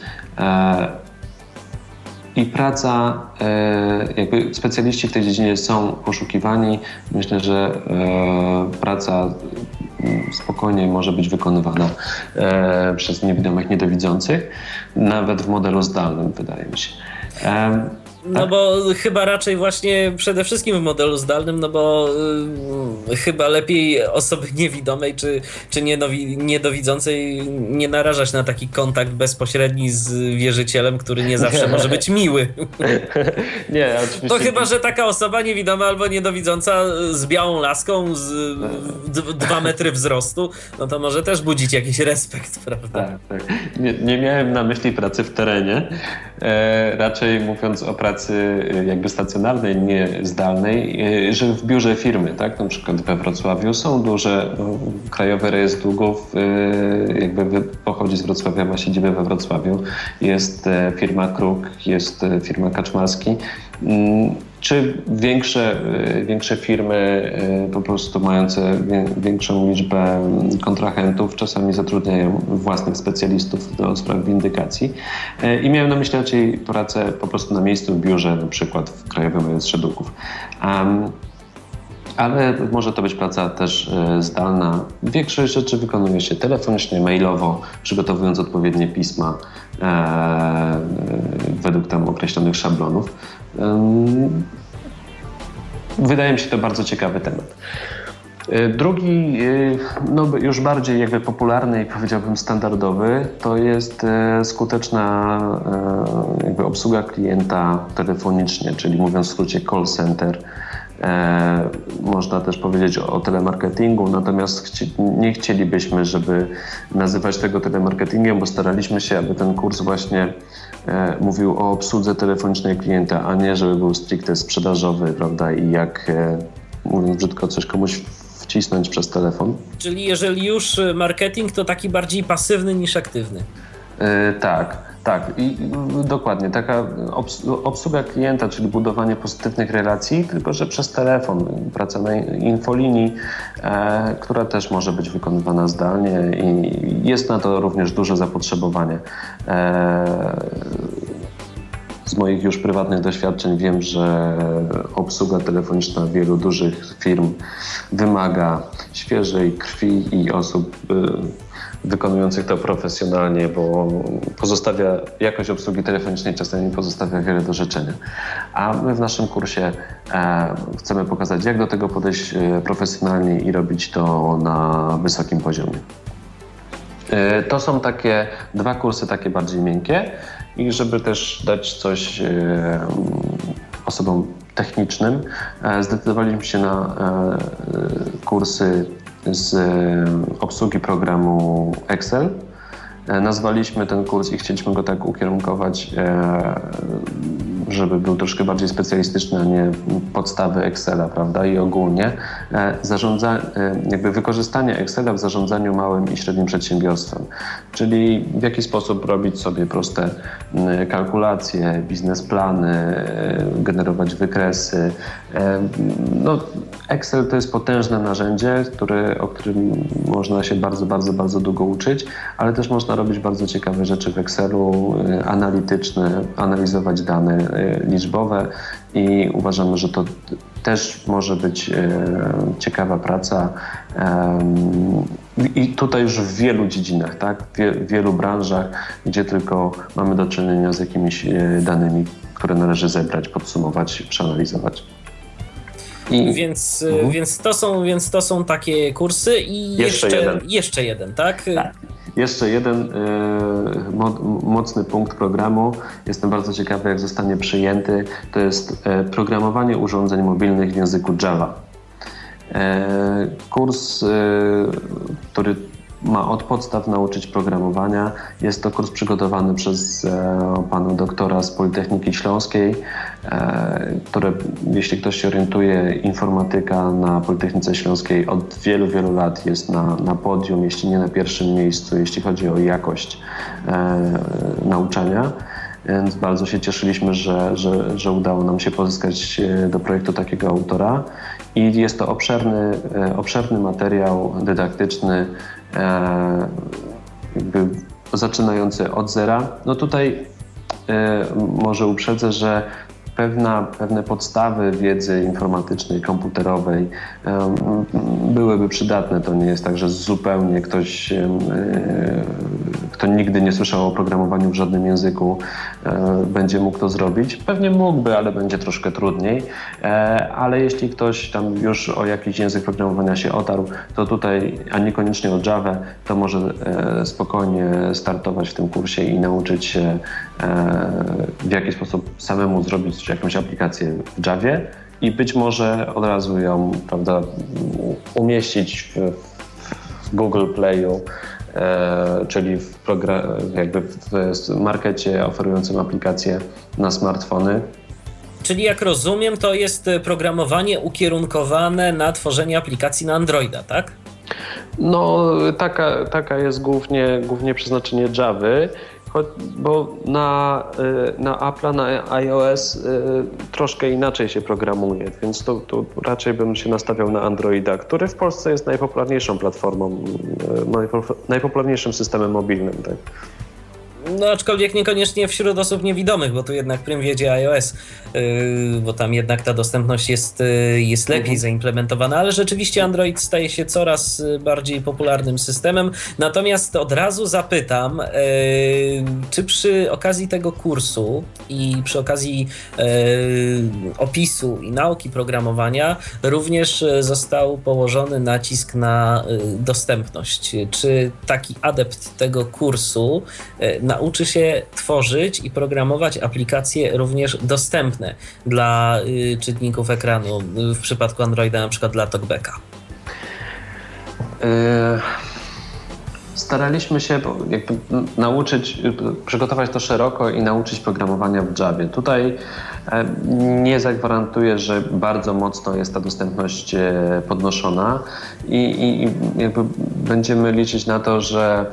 i praca, jakby specjaliści w tej dziedzinie są poszukiwani. Myślę, że praca spokojnie może być wykonywana przez niewidomych, niedowidzących, nawet w modelu zdalnym, wydaje mi się. No bo chyba raczej właśnie przede wszystkim w modelu zdalnym, no bo chyba lepiej osoby niewidomej czy niedowidzącej nie narażać na taki kontakt bezpośredni z wierzycielem, który nie zawsze może być miły. Nie, oczywiście. To chyba, że taka osoba niewidoma albo niedowidząca z białą laską, z 2 metry wzrostu, no to może też budzić jakiś respekt, prawda? Tak. Nie miałem na myśli pracy w terenie, raczej mówiąc o pracy jakby stacjonarnej, nie zdalnej, że w biurze firmy, tak? Na przykład we Wrocławiu są duże, Krajowy Rejestr Długów jakby pochodzi z Wrocławia, ma siedzibę we Wrocławiu. Jest firma Kruk, jest firma Kaczmarski. Czy większe firmy po prostu mające większą liczbę kontrahentów czasami zatrudniają własnych specjalistów do spraw windykacji. I miałem na myśli raczej pracę po prostu na miejscu w biurze, na przykład w Krajowym Rejestrze Długów. Ale może to być praca też zdalna. Większość rzeczy wykonuje się telefonicznie, mailowo, przygotowując odpowiednie pisma według tam określonych szablonów. Wydaje mi się to bardzo ciekawy temat. Drugi, no już bardziej jakby popularny i powiedziałbym standardowy, to jest skuteczna jakby obsługa klienta telefonicznie, czyli mówiąc w skrócie call center. Można też powiedzieć o telemarketingu, natomiast nie chcielibyśmy, żeby nazywać tego telemarketingiem, bo staraliśmy się, aby ten kurs właśnie mówił o obsłudze telefonicznej klienta, a nie żeby był stricte sprzedażowy, prawda, i jak, mówiąc brzydko, coś komuś wcisnąć przez telefon. Czyli jeżeli już marketing, to taki bardziej pasywny niż aktywny. Tak. I dokładnie. Taka obsługa klienta, czyli budowanie pozytywnych relacji, tylko że przez telefon, praca na infolinii, która też może być wykonywana zdalnie i jest na to również duże zapotrzebowanie. Z moich już prywatnych doświadczeń wiem, że obsługa telefoniczna wielu dużych firm wymaga świeżej krwi i osób wykonujących to profesjonalnie, bo jakość obsługi telefonicznej czasami pozostawia wiele do życzenia. A my w naszym kursie chcemy pokazać, jak do tego podejść profesjonalnie i robić to na wysokim poziomie. To są takie 2 kursy takie bardziej miękkie i żeby też dać coś osobom technicznym, zdecydowaliśmy się na kursy z obsługi programu Excel. Nazwaliśmy ten kurs i chcieliśmy go tak ukierunkować, żeby był troszkę bardziej specjalistyczny, a nie podstawy Excela, prawda? I ogólnie jakby wykorzystanie Excela w zarządzaniu małym i średnim przedsiębiorstwem. Czyli w jaki sposób robić sobie proste kalkulacje, biznesplany, generować wykresy. No, Excel to jest potężne narzędzie, o którym można się bardzo, bardzo, bardzo długo uczyć, ale też można robić bardzo ciekawe rzeczy w Excelu, analityczne, analizować dane liczbowe i uważamy, że to też może być ciekawa praca i tutaj już w wielu dziedzinach, tak? W wielu branżach, gdzie tylko mamy do czynienia z jakimiś danymi, które należy zebrać, podsumować, przeanalizować. Więc to są takie kursy i jeszcze jeden, tak? Tak. Jeszcze jeden mocny punkt programu. Jestem bardzo ciekawy, jak zostanie przyjęty. To jest programowanie urządzeń mobilnych w języku Java. Kurs, który ma od podstaw nauczyć programowania. Jest to kurs przygotowany przez pana doktora z Politechniki Śląskiej, które, jeśli ktoś się orientuje, informatyka na Politechnice Śląskiej od wielu, wielu lat jest na podium, jeśli nie na pierwszym miejscu, jeśli chodzi o jakość nauczania. Więc bardzo się cieszyliśmy, że udało nam się pozyskać do projektu takiego autora. I jest to obszerny materiał dydaktyczny, jakby zaczynający od zera. No tutaj może uprzedzę, że pewne podstawy wiedzy informatycznej, komputerowej byłyby przydatne. To nie jest tak, że zupełnie ktoś, kto nigdy nie słyszał o programowaniu w żadnym języku, będzie mógł to zrobić. Pewnie mógłby, ale będzie troszkę trudniej. Ale jeśli ktoś tam już o jakiś język programowania się otarł, to tutaj, a niekoniecznie o Java, to może spokojnie startować w tym kursie i nauczyć się, w jaki sposób samemu zrobić jakąś aplikację w Javie i być może od razu ją, prawda, umieścić w Google Playu, czyli w markecie oferującym aplikacje na smartfony. Czyli jak rozumiem, to jest programowanie ukierunkowane na tworzenie aplikacji na Androida, tak? No, taka jest głównie przeznaczenie Javy. Bo na Apple'a, na iOS troszkę inaczej się programuje, więc to raczej bym się nastawiał na Androida, który w Polsce jest najpopularniejszą platformą, najpopularniejszym systemem mobilnym. Tak? No aczkolwiek niekoniecznie wśród osób niewidomych, bo tu jednak prym wiedzie iOS, bo tam jednak ta dostępność jest lepiej zaimplementowana, ale rzeczywiście Android staje się coraz bardziej popularnym systemem. Natomiast od razu zapytam, czy przy okazji tego kursu i przy okazji opisu i nauki programowania również został położony nacisk na dostępność? Czy taki adept tego kursu nauczy się tworzyć i programować aplikacje również dostępne dla czytników ekranu, w przypadku Androida na przykład dla TalkBacka? Staraliśmy się przygotować to szeroko i nauczyć programowania w Javie. Tutaj nie zagwarantuję, że bardzo mocno jest ta dostępność podnoszona i jakby będziemy liczyć na to, że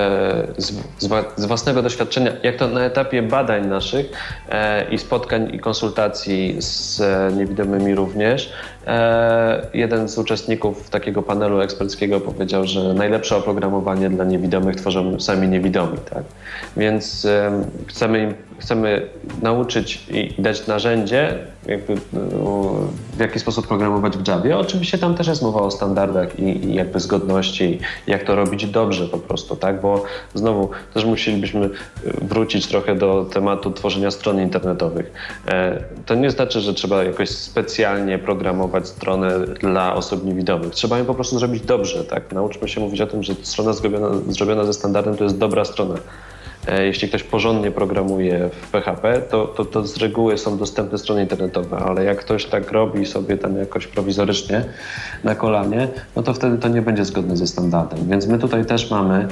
z własnego doświadczenia, jak to na etapie badań naszych i spotkań i konsultacji z niewidomymi również, jeden z uczestników takiego panelu eksperckiego powiedział, że najlepsze oprogramowanie dla niewidomych tworzą sami niewidomi. Tak? Więc chcemy nauczyć i dać narzędzie, w jaki sposób programować w Javie. Oczywiście tam też jest mowa o standardach i jakby zgodności, jak to robić dobrze po prostu, tak? Bo znowu też musielibyśmy wrócić trochę do tematu tworzenia stron internetowych. To nie znaczy, że trzeba jakoś specjalnie programować stronę dla osób niewidomych. Trzeba ją po prostu zrobić dobrze, tak? Nauczmy się mówić o tym, że strona zrobiona ze standardem to jest dobra strona. jeśli ktoś porządnie programuje w PHP, to z reguły są dostępne strony internetowe, ale jak ktoś tak robi sobie tam jakoś prowizorycznie na kolanie, no to wtedy to nie będzie zgodne ze standardem. Więc my tutaj też mamy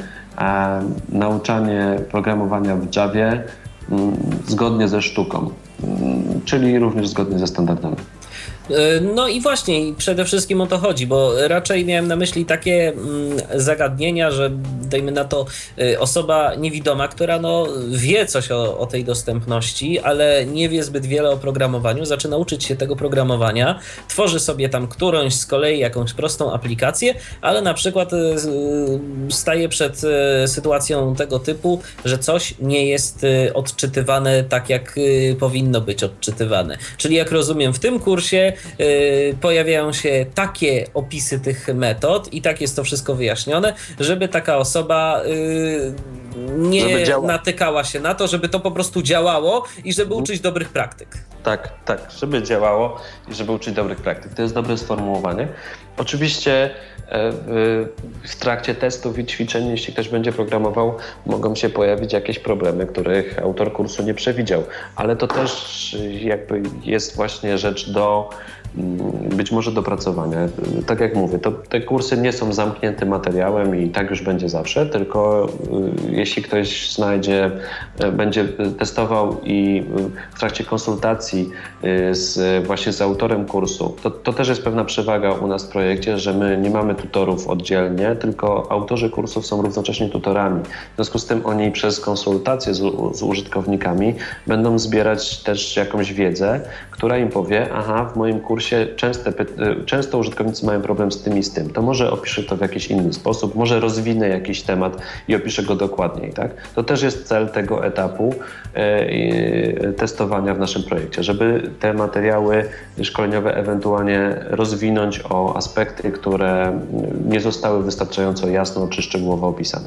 nauczanie programowania w Javie zgodnie ze sztuką, czyli również zgodnie ze standardami. No i właśnie, przede wszystkim o to chodzi, bo raczej miałem na myśli takie zagadnienia, że dajmy na to osoba niewidoma, która wie coś o tej dostępności, ale nie wie zbyt wiele o programowaniu, zaczyna uczyć się tego programowania, tworzy sobie tam którąś z kolei jakąś prostą aplikację, ale na przykład staje przed sytuacją tego typu, że coś nie jest odczytywane tak, jak powinno być odczytywane. Czyli jak rozumiem, w tym kursie pojawiają się takie opisy tych metod i tak jest to wszystko wyjaśnione, żeby taka osoba nie natykała się na to, żeby to po prostu działało i żeby uczyć dobrych praktyk. Tak, żeby działało i żeby uczyć dobrych praktyk. To jest dobre sformułowanie. Oczywiście w trakcie testów i ćwiczeń, jeśli ktoś będzie programował, mogą się pojawić jakieś problemy, których autor kursu nie przewidział, ale to też jakby jest właśnie rzecz do być może dopracowania. Tak jak mówię, te kursy nie są zamkniętym materiałem i tak już będzie zawsze, tylko jeśli ktoś będzie testował i w trakcie konsultacji właśnie z autorem kursu, to też jest pewna przewaga u nas w projekcie, że my nie mamy tutorów oddzielnie, tylko autorzy kursów są równocześnie tutorami. W związku z tym oni przez konsultacje z użytkownikami będą zbierać też jakąś wiedzę, która im powie, w moim kursie często użytkownicy mają problem z tym i z tym. To może opiszę to w jakiś inny sposób, może rozwinę jakiś temat i opiszę go dokładniej. Tak? To też jest cel tego etapu testowania w naszym projekcie, żeby te materiały szkoleniowe ewentualnie rozwinąć o aspekty, które nie zostały wystarczająco jasno czy szczegółowo opisane.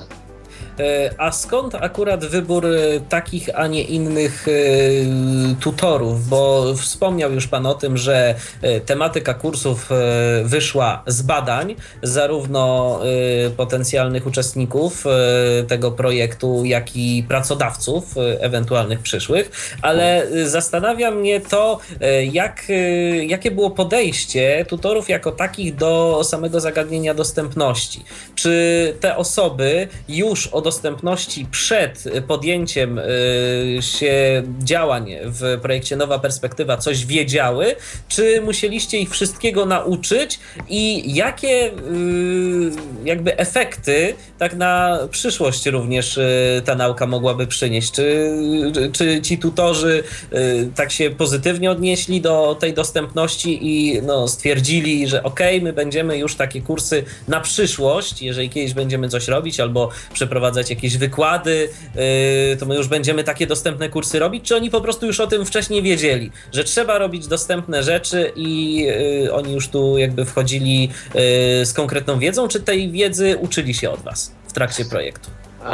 A skąd akurat wybór takich, a nie innych tutorów? Bo wspomniał już Pan o tym, że tematyka kursów wyszła z badań zarówno potencjalnych uczestników tego projektu, jak i pracodawców ewentualnych przyszłych, ale zastanawia mnie to, jakie było podejście tutorów jako takich do samego zagadnienia dostępności. Czy te osoby już o dostępności przed podjęciem się działań w projekcie Nowa Perspektywa coś wiedziały, czy musieliście ich wszystkiego nauczyć i jakie jakby efekty tak na przyszłość również ta nauka mogłaby przynieść? Czy ci tutorzy tak się pozytywnie odnieśli do tej dostępności i stwierdzili, że my będziemy już takie kursy na przyszłość, jeżeli kiedyś będziemy coś robić albo przeprowadzać jakieś wykłady, to my już będziemy takie dostępne kursy robić, czy oni po prostu już o tym wcześniej wiedzieli, że trzeba robić dostępne rzeczy i oni już tu jakby wchodzili z konkretną wiedzą, czy tej wiedzy uczyli się od Was w trakcie projektu?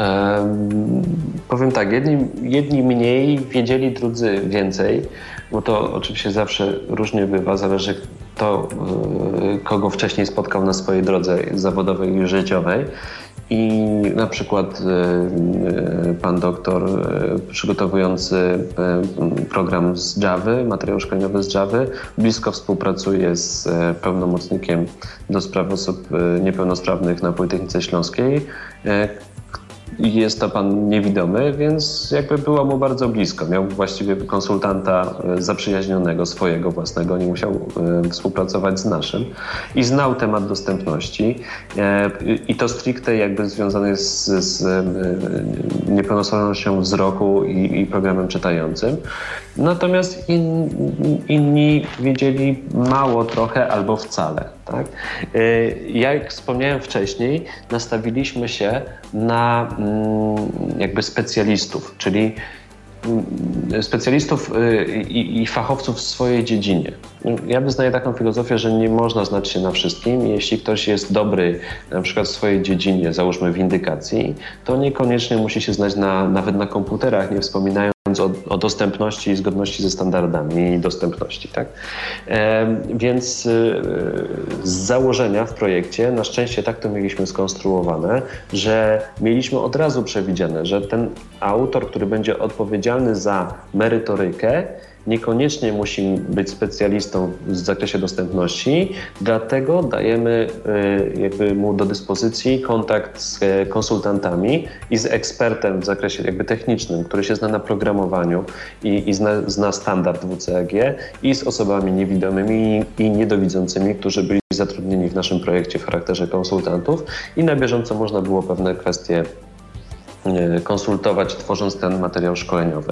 Powiem tak, jedni mniej wiedzieli, drudzy więcej, bo to oczywiście zawsze różnie bywa, zależy kto kogo wcześniej spotkał na swojej drodze zawodowej i życiowej. I na przykład pan doktor przygotowujący program z Javy, materiał szkoleniowy z Javy, blisko współpracuje z pełnomocnikiem do spraw osób niepełnosprawnych na Politechnice Śląskiej. Jest to pan niewidomy, więc jakby było mu bardzo blisko. Miał właściwie konsultanta zaprzyjaźnionego, swojego własnego, nie musiał współpracować z naszym i znał temat dostępności i to stricte jakby związane z niepełnosprawnością wzroku i programem czytającym. Natomiast inni wiedzieli mało, trochę albo wcale. Tak? Jak wspomniałem wcześniej, nastawiliśmy się na jakby specjalistów, czyli specjalistów i fachowców w swojej dziedzinie. Ja wyznaję taką filozofię, że nie można znać się na wszystkim. Jeśli ktoś jest dobry na przykład w swojej dziedzinie, załóżmy w windykacji, to niekoniecznie musi się znać nawet na komputerach, nie wspominając o dostępności i zgodności ze standardami dostępności, tak? Więc z założenia w projekcie, na szczęście tak to mieliśmy skonstruowane, że mieliśmy od razu przewidziane, że ten autor, który będzie odpowiedzialny za merytorykę, niekoniecznie musi być specjalistą w zakresie dostępności, dlatego dajemy jakby mu do dyspozycji kontakt z konsultantami i z ekspertem w zakresie jakby technicznym, który się zna na programowaniu i zna standard WCAG, i z osobami niewidomymi i niedowidzącymi, którzy byli zatrudnieni w naszym projekcie w charakterze konsultantów i na bieżąco można było pewne kwestie konsultować, tworząc ten materiał szkoleniowy.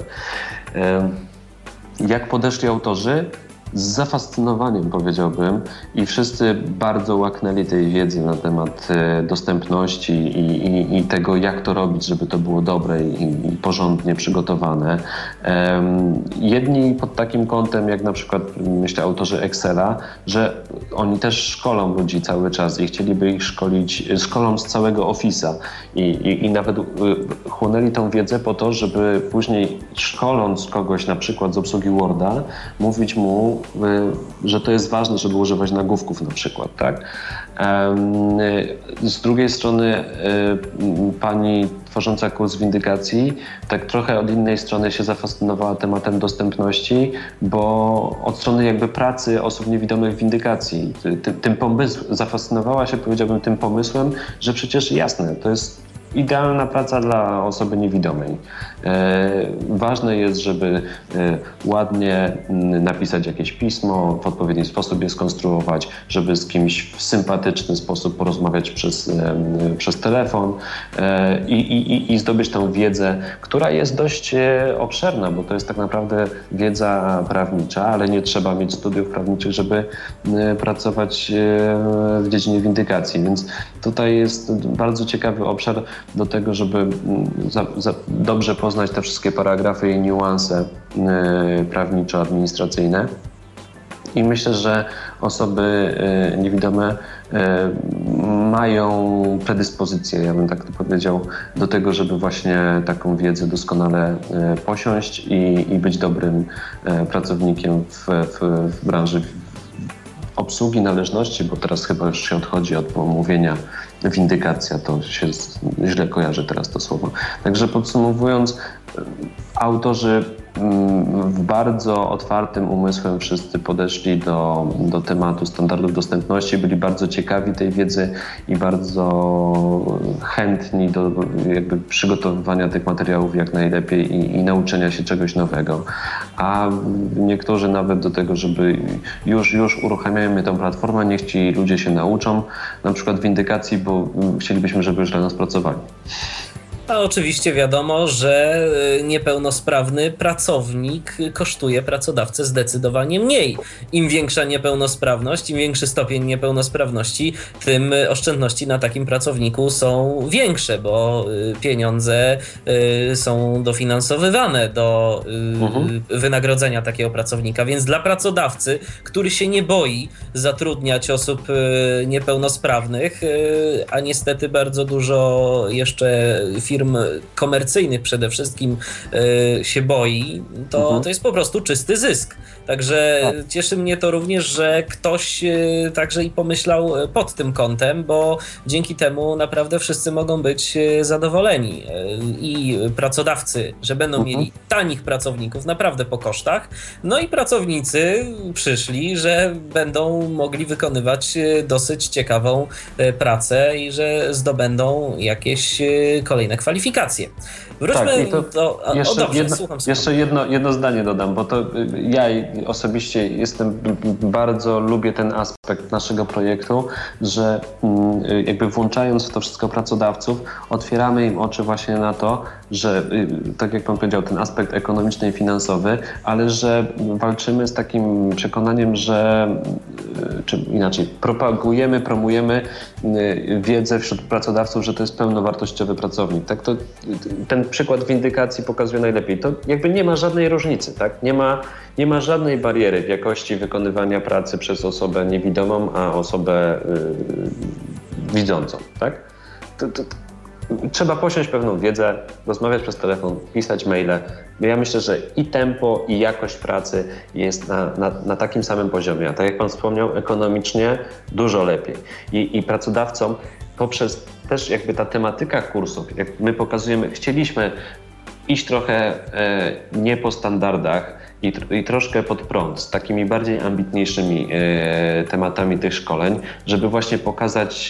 Jak podeszli autorzy? Z zafascynowaniem, powiedziałbym, i wszyscy bardzo łaknęli tej wiedzy na temat dostępności i tego, jak to robić, żeby to było dobre i porządnie przygotowane. Jedni pod takim kątem, jak na przykład, myślę, autorzy Excela, że oni też szkolą ludzi cały czas i chcieliby ich szkolić, szkolą z całego Office'a i nawet chłonęli tą wiedzę po to, żeby później szkoląc kogoś na przykład z obsługi Worda, mówić mu, że to jest ważne, żeby używać nagłówków na przykład, tak? Z drugiej strony pani tworząca kurs windykacji tak trochę od innej strony się zafascynowała tematem dostępności, bo od strony jakby pracy osób niewidomych w windykacji zafascynowała się, powiedziałbym, tym pomysłem, że przecież jasne, to jest idealna praca dla osoby niewidomej. Ważne jest, żeby ładnie napisać jakieś pismo, w odpowiedni sposób je skonstruować, żeby z kimś w sympatyczny sposób porozmawiać przez telefon i zdobyć tą wiedzę, która jest dość obszerna, bo to jest tak naprawdę wiedza prawnicza, ale nie trzeba mieć studiów prawniczych, żeby pracować w dziedzinie windykacji. Więc tutaj jest bardzo ciekawy obszar do tego, żeby dobrze poznać te wszystkie paragrafy i niuanse prawniczo-administracyjne. I myślę, że osoby niewidome mają predyspozycję, ja bym tak to powiedział, do tego, żeby właśnie taką wiedzę doskonale posiąść i być dobrym pracownikiem w branży obsługi należności, bo teraz chyba już się odchodzi od pomówienia windykacja, to się źle kojarzy teraz to słowo. Także podsumowując, autorzy w bardzo otwartym umysłem wszyscy podeszli do tematu standardów dostępności, byli bardzo ciekawi tej wiedzy i bardzo chętni do jakby przygotowywania tych materiałów jak najlepiej i nauczenia się czegoś nowego. A niektórzy nawet do tego, żeby już uruchamiamy tę platformę, niech ci ludzie się nauczą, na przykład windykacji, bo chcielibyśmy, żeby już dla nas pracowali. A oczywiście wiadomo, że niepełnosprawny pracownik kosztuje pracodawcę zdecydowanie mniej. Im większa niepełnosprawność, im większy stopień niepełnosprawności, tym oszczędności na takim pracowniku są większe, bo pieniądze są dofinansowywane do wynagrodzenia takiego pracownika. Więc dla pracodawcy, który się nie boi zatrudniać osób niepełnosprawnych, a niestety bardzo dużo jeszcze firm komercyjnych przede wszystkim się boi, to jest po prostu czysty zysk. Także cieszy mnie to również, że ktoś także i pomyślał pod tym kątem, bo dzięki temu naprawdę wszyscy mogą być zadowoleni. I pracodawcy, że będą mieli tanich pracowników naprawdę po kosztach, no i pracownicy przyszli, że będą mogli wykonywać dosyć ciekawą pracę i że zdobędą jakieś kolejne kwalifikacje. Wróćmy do... Słucham. Jeszcze jedno zdanie dodam, bo to ja osobiście bardzo lubię ten aspekt naszego projektu, że jakby włączając w to wszystko pracodawców, otwieramy im oczy właśnie na to, że tak jak pan powiedział, ten aspekt ekonomiczny i finansowy, ale że walczymy z takim przekonaniem, że czy inaczej, promujemy wiedzę wśród pracodawców, że to jest pełnowartościowy pracownik. Tak, to ten przykład windykacji pokazuje najlepiej. To jakby nie ma żadnej różnicy, tak? Nie ma żadnej bariery w jakości wykonywania pracy przez osobę niewidomą, a osobę widzącą, tak? trzeba posiąść pewną wiedzę, rozmawiać przez telefon, pisać maile. Ja myślę, że i tempo, i jakość pracy jest na takim samym poziomie. A tak jak pan wspomniał, ekonomicznie dużo lepiej. I pracodawcom poprzez też jakby ta tematyka kursów, jak my pokazujemy, chcieliśmy iść trochę nie po standardach i troszkę pod prąd, z takimi bardziej ambitniejszymi tematami tych szkoleń, żeby właśnie pokazać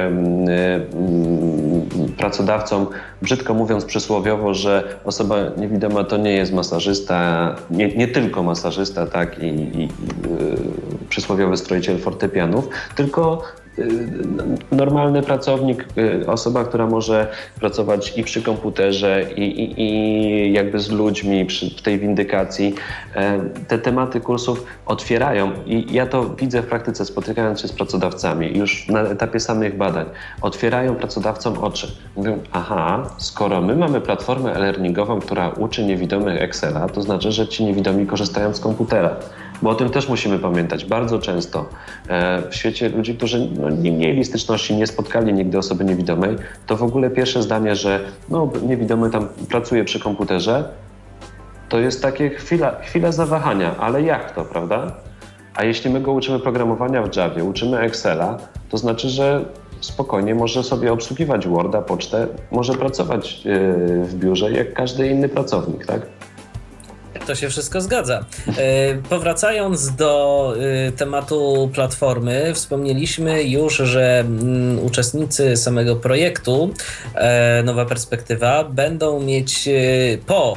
pracodawcom, brzydko mówiąc przysłowiowo, że osoba niewidoma to nie jest masażysta, nie tylko masażysta, tak, i przysłowiowy stroiciel fortepianów, tylko normalny pracownik, osoba, która może pracować i przy komputerze, i jakby z ludźmi w tej windykacji. Te tematy kursów otwierają i ja to widzę w praktyce, spotykając się z pracodawcami, już na etapie samych badań. Otwierają pracodawcom oczy. Mówią, aha, skoro my mamy platformę e-learningową, która uczy niewidomych Excela, to znaczy, że ci niewidomi korzystają z komputera. Bo o tym też musimy pamiętać. Bardzo często w świecie ludzi, którzy nie mieli styczności, nie spotkali nigdy osoby niewidomej, to w ogóle pierwsze zdanie, że niewidomy tam pracuje przy komputerze, to jest takie chwila zawahania. Ale jak to, prawda? A jeśli my go uczymy programowania w Javie, uczymy Excela, to znaczy, że spokojnie może sobie obsługiwać Worda, pocztę, może pracować w biurze jak każdy inny pracownik, tak? To się wszystko zgadza. Powracając do tematu platformy, wspomnieliśmy już, że uczestnicy samego projektu Nowa Perspektywa będą mieć po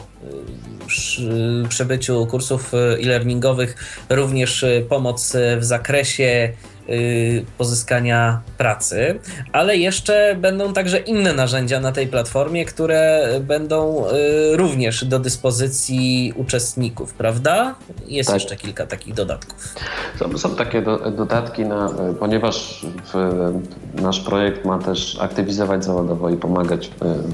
przebyciu kursów e-learningowych również pomoc w zakresie pozyskania pracy, ale jeszcze będą także inne narzędzia na tej platformie, które będą również do dyspozycji uczestników, prawda? Jest tak. Jeszcze kilka takich dodatków. Są takie dodatki, ponieważ nasz projekt ma też aktywizować zawodowo i pomagać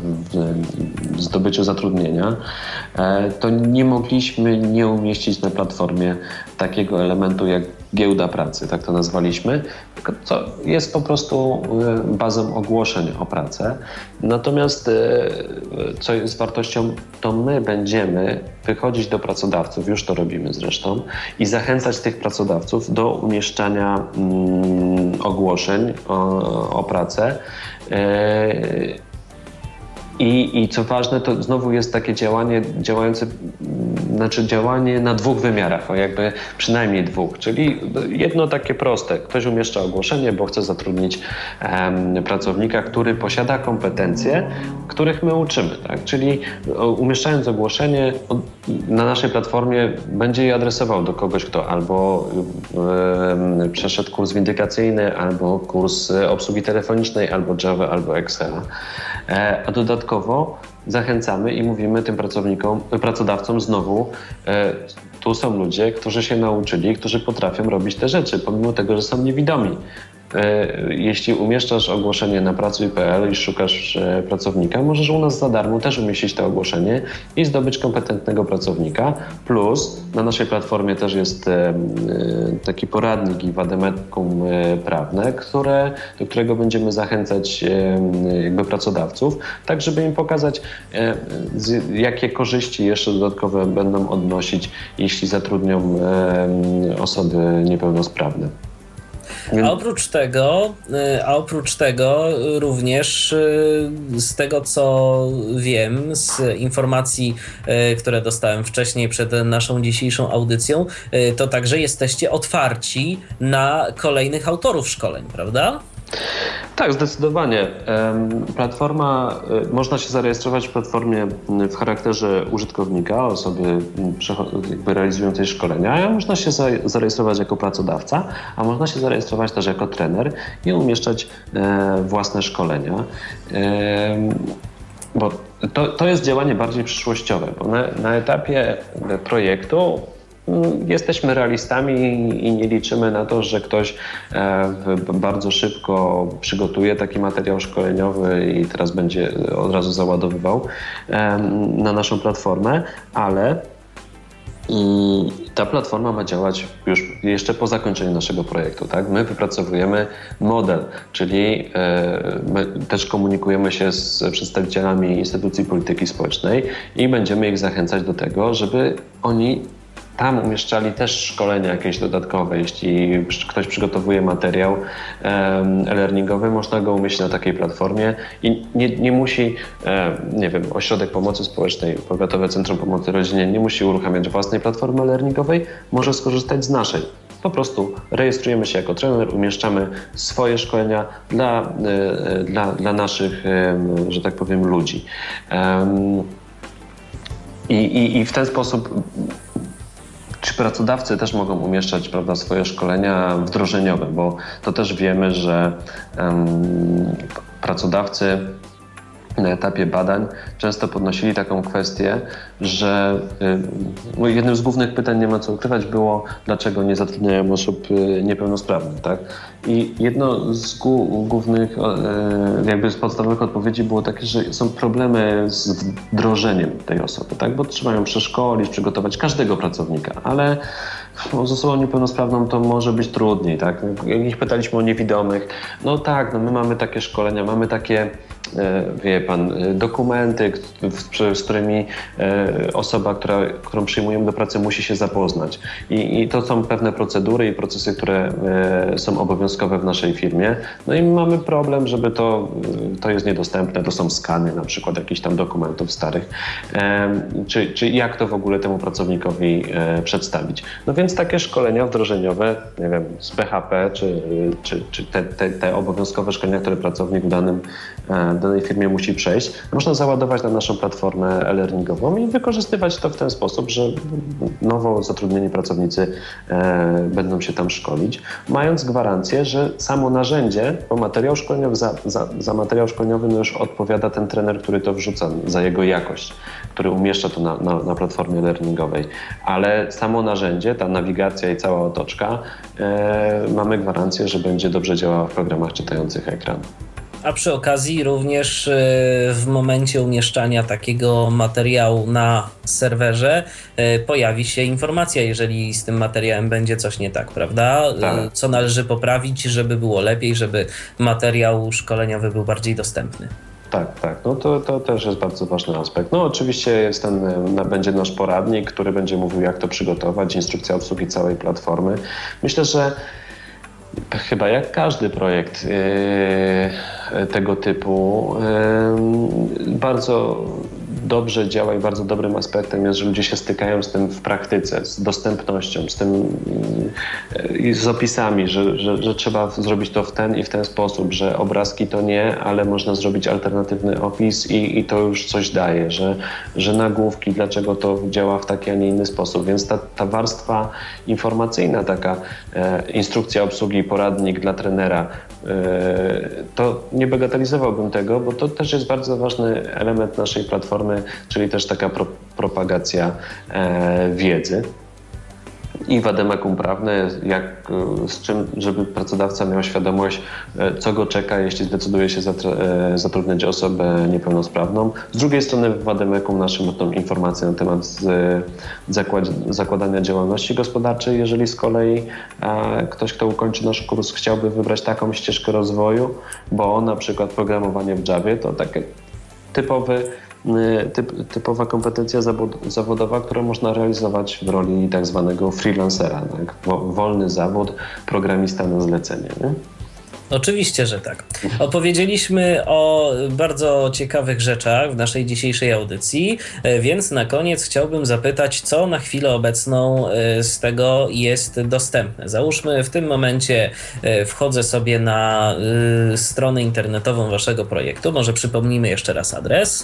w zdobyciu zatrudnienia, to nie mogliśmy nie umieścić na platformie takiego elementu jak giełda pracy, tak to nazwaliśmy, co jest po prostu bazą ogłoszeń o pracę. Natomiast co jest wartością, to my będziemy wychodzić do pracodawców, już to robimy zresztą, i zachęcać tych pracodawców do umieszczania ogłoszeń o pracę. I co ważne, to znowu jest takie działanie na dwóch wymiarach, jakby przynajmniej dwóch. Czyli jedno takie proste. Ktoś umieszcza ogłoszenie, bo chce zatrudnić pracownika, który posiada kompetencje, których my uczymy. Tak? Czyli umieszczając ogłoszenie na naszej platformie będzie je adresował do kogoś, kto albo przeszedł kurs windykacyjny, albo kurs obsługi telefonicznej, albo Java, albo Excela. A dodatkowo zachęcamy i mówimy tym pracodawcom znowu, tu są ludzie, którzy się nauczyli, którzy potrafią robić te rzeczy, pomimo tego, że są niewidomi. Jeśli umieszczasz ogłoszenie na pracuj.pl i szukasz pracownika, możesz u nas za darmo też umieścić to ogłoszenie i zdobyć kompetentnego pracownika. Plus na naszej platformie też jest taki poradnik i wademekum prawne, do którego będziemy zachęcać jakby pracodawców, tak żeby im pokazać, jakie korzyści jeszcze dodatkowe będą odnosić, jeśli zatrudnią osoby niepełnosprawne. A oprócz tego również z tego, co wiem, z informacji, które dostałem wcześniej przed naszą dzisiejszą audycją, to także jesteście otwarci na kolejnych autorów szkoleń, prawda? Tak, zdecydowanie. Można się zarejestrować w platformie w charakterze użytkownika, osoby jakby realizującej szkolenia, a można się zarejestrować jako pracodawca, a można się zarejestrować też jako trener i umieszczać własne szkolenia. Bo to jest działanie bardziej przyszłościowe, bo na etapie projektu jesteśmy realistami i nie liczymy na to, że ktoś bardzo szybko przygotuje taki materiał szkoleniowy i teraz będzie od razu załadowywał na naszą platformę, ale ta platforma ma działać już jeszcze po zakończeniu naszego projektu. Tak? My wypracowujemy model, czyli my też komunikujemy się z przedstawicielami instytucji polityki społecznej i będziemy ich zachęcać do tego, żeby oni tam umieszczali też szkolenia jakieś dodatkowe. Jeśli ktoś przygotowuje materiał e-learningowy, można go umieścić na takiej platformie i nie musi, nie wiem, Ośrodek Pomocy Społecznej, Powiatowe Centrum Pomocy Rodzinie nie musi uruchamiać własnej platformy e-learningowej, może skorzystać z naszej. Po prostu rejestrujemy się jako trener, umieszczamy swoje szkolenia dla naszych, że tak powiem, ludzi. I w ten sposób ci pracodawcy też mogą umieszczać, prawda, swoje szkolenia wdrożeniowe, bo to też wiemy, że pracodawcy na etapie badań często podnosili taką kwestię, że jednym z głównych pytań, nie ma co ukrywać, było, dlaczego nie zatrudniają osób niepełnosprawnych, tak? I jedno z głównych, jakby z podstawowych odpowiedzi było takie, że są problemy z wdrożeniem tej osoby, tak? Bo trzeba ją przeszkolić, przygotować każdego pracownika, ale z osobą niepełnosprawną to może być trudniej, tak? Jak ich pytaliśmy o niewidomych, no tak, no my mamy takie szkolenia, mamy takie, wie pan, dokumenty, z którymi osoba, którą przyjmujemy do pracy, musi się zapoznać. I to są pewne procedury i procesy, które są obowiązkowe w naszej firmie. No i mamy problem, żeby to jest niedostępne, to są skany na przykład jakichś tam dokumentów starych. Czy jak to w ogóle temu pracownikowi przedstawić? No więc takie szkolenia wdrożeniowe, nie wiem, z BHP, czy te obowiązkowe szkolenia, które pracownik w danej firmie musi przejść, można załadować na naszą platformę e-learningową i wykorzystywać to w ten sposób, że nowo zatrudnieni pracownicy będą się tam szkolić, mając gwarancję, że samo narzędzie, bo materiał szkoleniowy, za materiał szkoleniowy już odpowiada ten trener, który to wrzuca, za jego jakość, który umieszcza to na platformie e-learningowej, ale samo narzędzie, ta nawigacja i cała otoczka, mamy gwarancję, że będzie dobrze działała w programach czytających ekran. A przy okazji również w momencie umieszczania takiego materiału na serwerze pojawi się informacja, jeżeli z tym materiałem będzie coś nie tak, prawda? Tak. Co należy poprawić, żeby było lepiej, żeby materiał szkoleniowy był bardziej dostępny. Tak. No to też jest bardzo ważny aspekt. No oczywiście jest będzie nasz poradnik, który będzie mówił, jak to przygotować, instrukcja obsługi całej platformy. Myślę, że chyba jak każdy projekt tego typu bardzo dobrze działa i bardzo dobrym aspektem jest, że ludzie się stykają z tym w praktyce, z dostępnością, z tym i z opisami, że trzeba zrobić to w ten i w ten sposób, że obrazki to nie, ale można zrobić alternatywny opis i to już coś daje, że nagłówki, dlaczego to działa w taki, a nie inny sposób. Więc ta warstwa informacyjna, taka instrukcja obsługi, poradnik dla trenera, to nie bagatelizowałbym tego, bo to też jest bardzo ważny element naszej platformy, czyli też taka propagacja wiedzy. I wademekum prawne, z czym, żeby pracodawca miał świadomość, co go czeka, jeśli zdecyduje się zatrudniać osobę niepełnosprawną. Z drugiej strony w wademekum naszym tą informację na temat zakładania działalności gospodarczej, jeżeli z kolei ktoś, kto ukończy nasz kurs, chciałby wybrać taką ścieżkę rozwoju, bo na przykład programowanie w Javie to takie typowa kompetencja zawodowa, którą można realizować w roli tak zwanego freelancera, tak? Wolny zawód, programista na zlecenie. Nie? Oczywiście, że tak. Opowiedzieliśmy o bardzo ciekawych rzeczach w naszej dzisiejszej audycji, więc na koniec chciałbym zapytać, co na chwilę obecną z tego jest dostępne. Załóżmy, w tym momencie wchodzę sobie na stronę internetową waszego projektu. Może przypomnijmy jeszcze raz adres.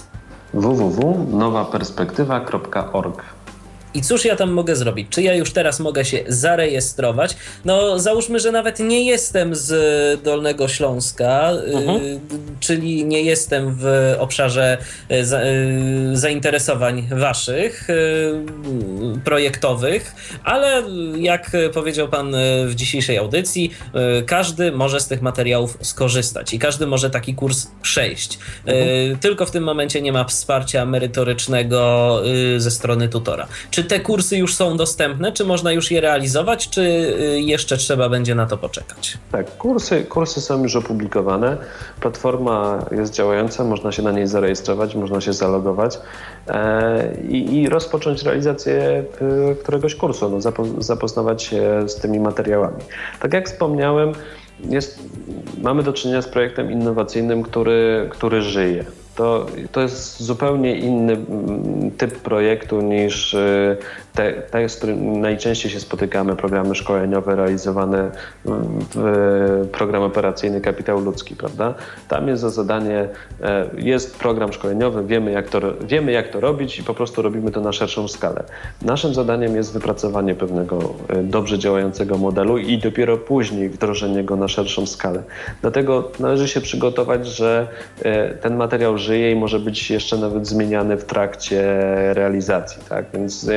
www.nowaperspektywa.org. I cóż ja tam mogę zrobić? Czy ja już teraz mogę się zarejestrować? No załóżmy, że nawet nie jestem z Dolnego Śląska, czyli nie jestem w obszarze zainteresowań waszych, projektowych, ale jak powiedział pan w dzisiejszej audycji, każdy może z tych materiałów skorzystać i każdy może taki kurs przejść. Tylko w tym momencie nie ma wsparcia merytorycznego ze strony tutora. Czy te kursy już są dostępne? Czy można już je realizować? Czy jeszcze trzeba będzie na to poczekać? Tak, kursy są już opublikowane. Platforma jest działająca, można się na niej zarejestrować, można się zalogować i rozpocząć realizację któregoś kursu, zapoznawać się z tymi materiałami. Tak jak wspomniałem, mamy do czynienia z projektem innowacyjnym, który żyje. To jest zupełnie inny typ projektu niż te, z którym najczęściej się spotykamy, programy szkoleniowe realizowane w program operacyjny Kapitał Ludzki, prawda? Tam jest za zadanie, jest program szkoleniowy, wiemy jak to robić i po prostu robimy to na szerszą skalę. Naszym zadaniem jest wypracowanie pewnego dobrze działającego modelu i dopiero później wdrożenie go na szerszą skalę. Dlatego należy się przygotować, że ten materiał żyje i może być jeszcze nawet zmieniany w trakcie realizacji, tak? Więc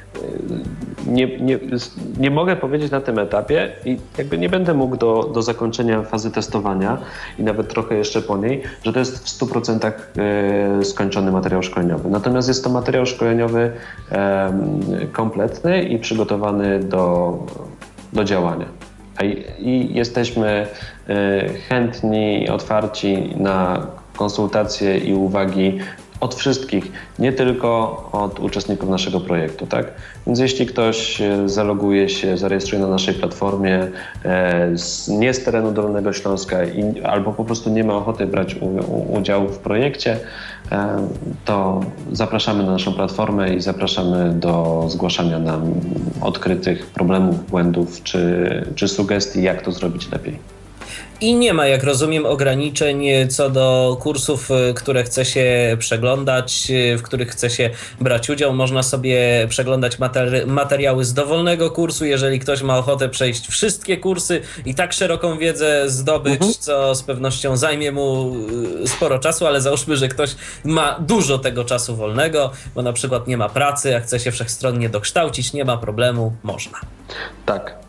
nie mogę powiedzieć na tym etapie i jakby nie będę mógł do zakończenia fazy testowania i nawet trochę jeszcze po niej, że to jest w 100% skończony materiał szkoleniowy. Natomiast jest to materiał szkoleniowy kompletny i przygotowany do działania. I jesteśmy chętni, otwarci na konsultacje i uwagi od wszystkich, nie tylko od uczestników naszego projektu, tak? Więc jeśli ktoś zaloguje się, zarejestruje na naszej platformie nie z terenu Dolnego Śląska albo po prostu nie ma ochoty brać udziału w projekcie, to zapraszamy na naszą platformę i zapraszamy do zgłaszania nam odkrytych problemów, błędów czy sugestii, jak to zrobić lepiej. I nie ma, jak rozumiem, ograniczeń co do kursów, które chce się przeglądać, w których chce się brać udział. Można sobie przeglądać materiały z dowolnego kursu, jeżeli ktoś ma ochotę przejść wszystkie kursy i tak szeroką wiedzę zdobyć, co z pewnością zajmie mu sporo czasu, ale załóżmy, że ktoś ma dużo tego czasu wolnego, bo na przykład nie ma pracy, a chce się wszechstronnie dokształcić, nie ma problemu, można. Tak.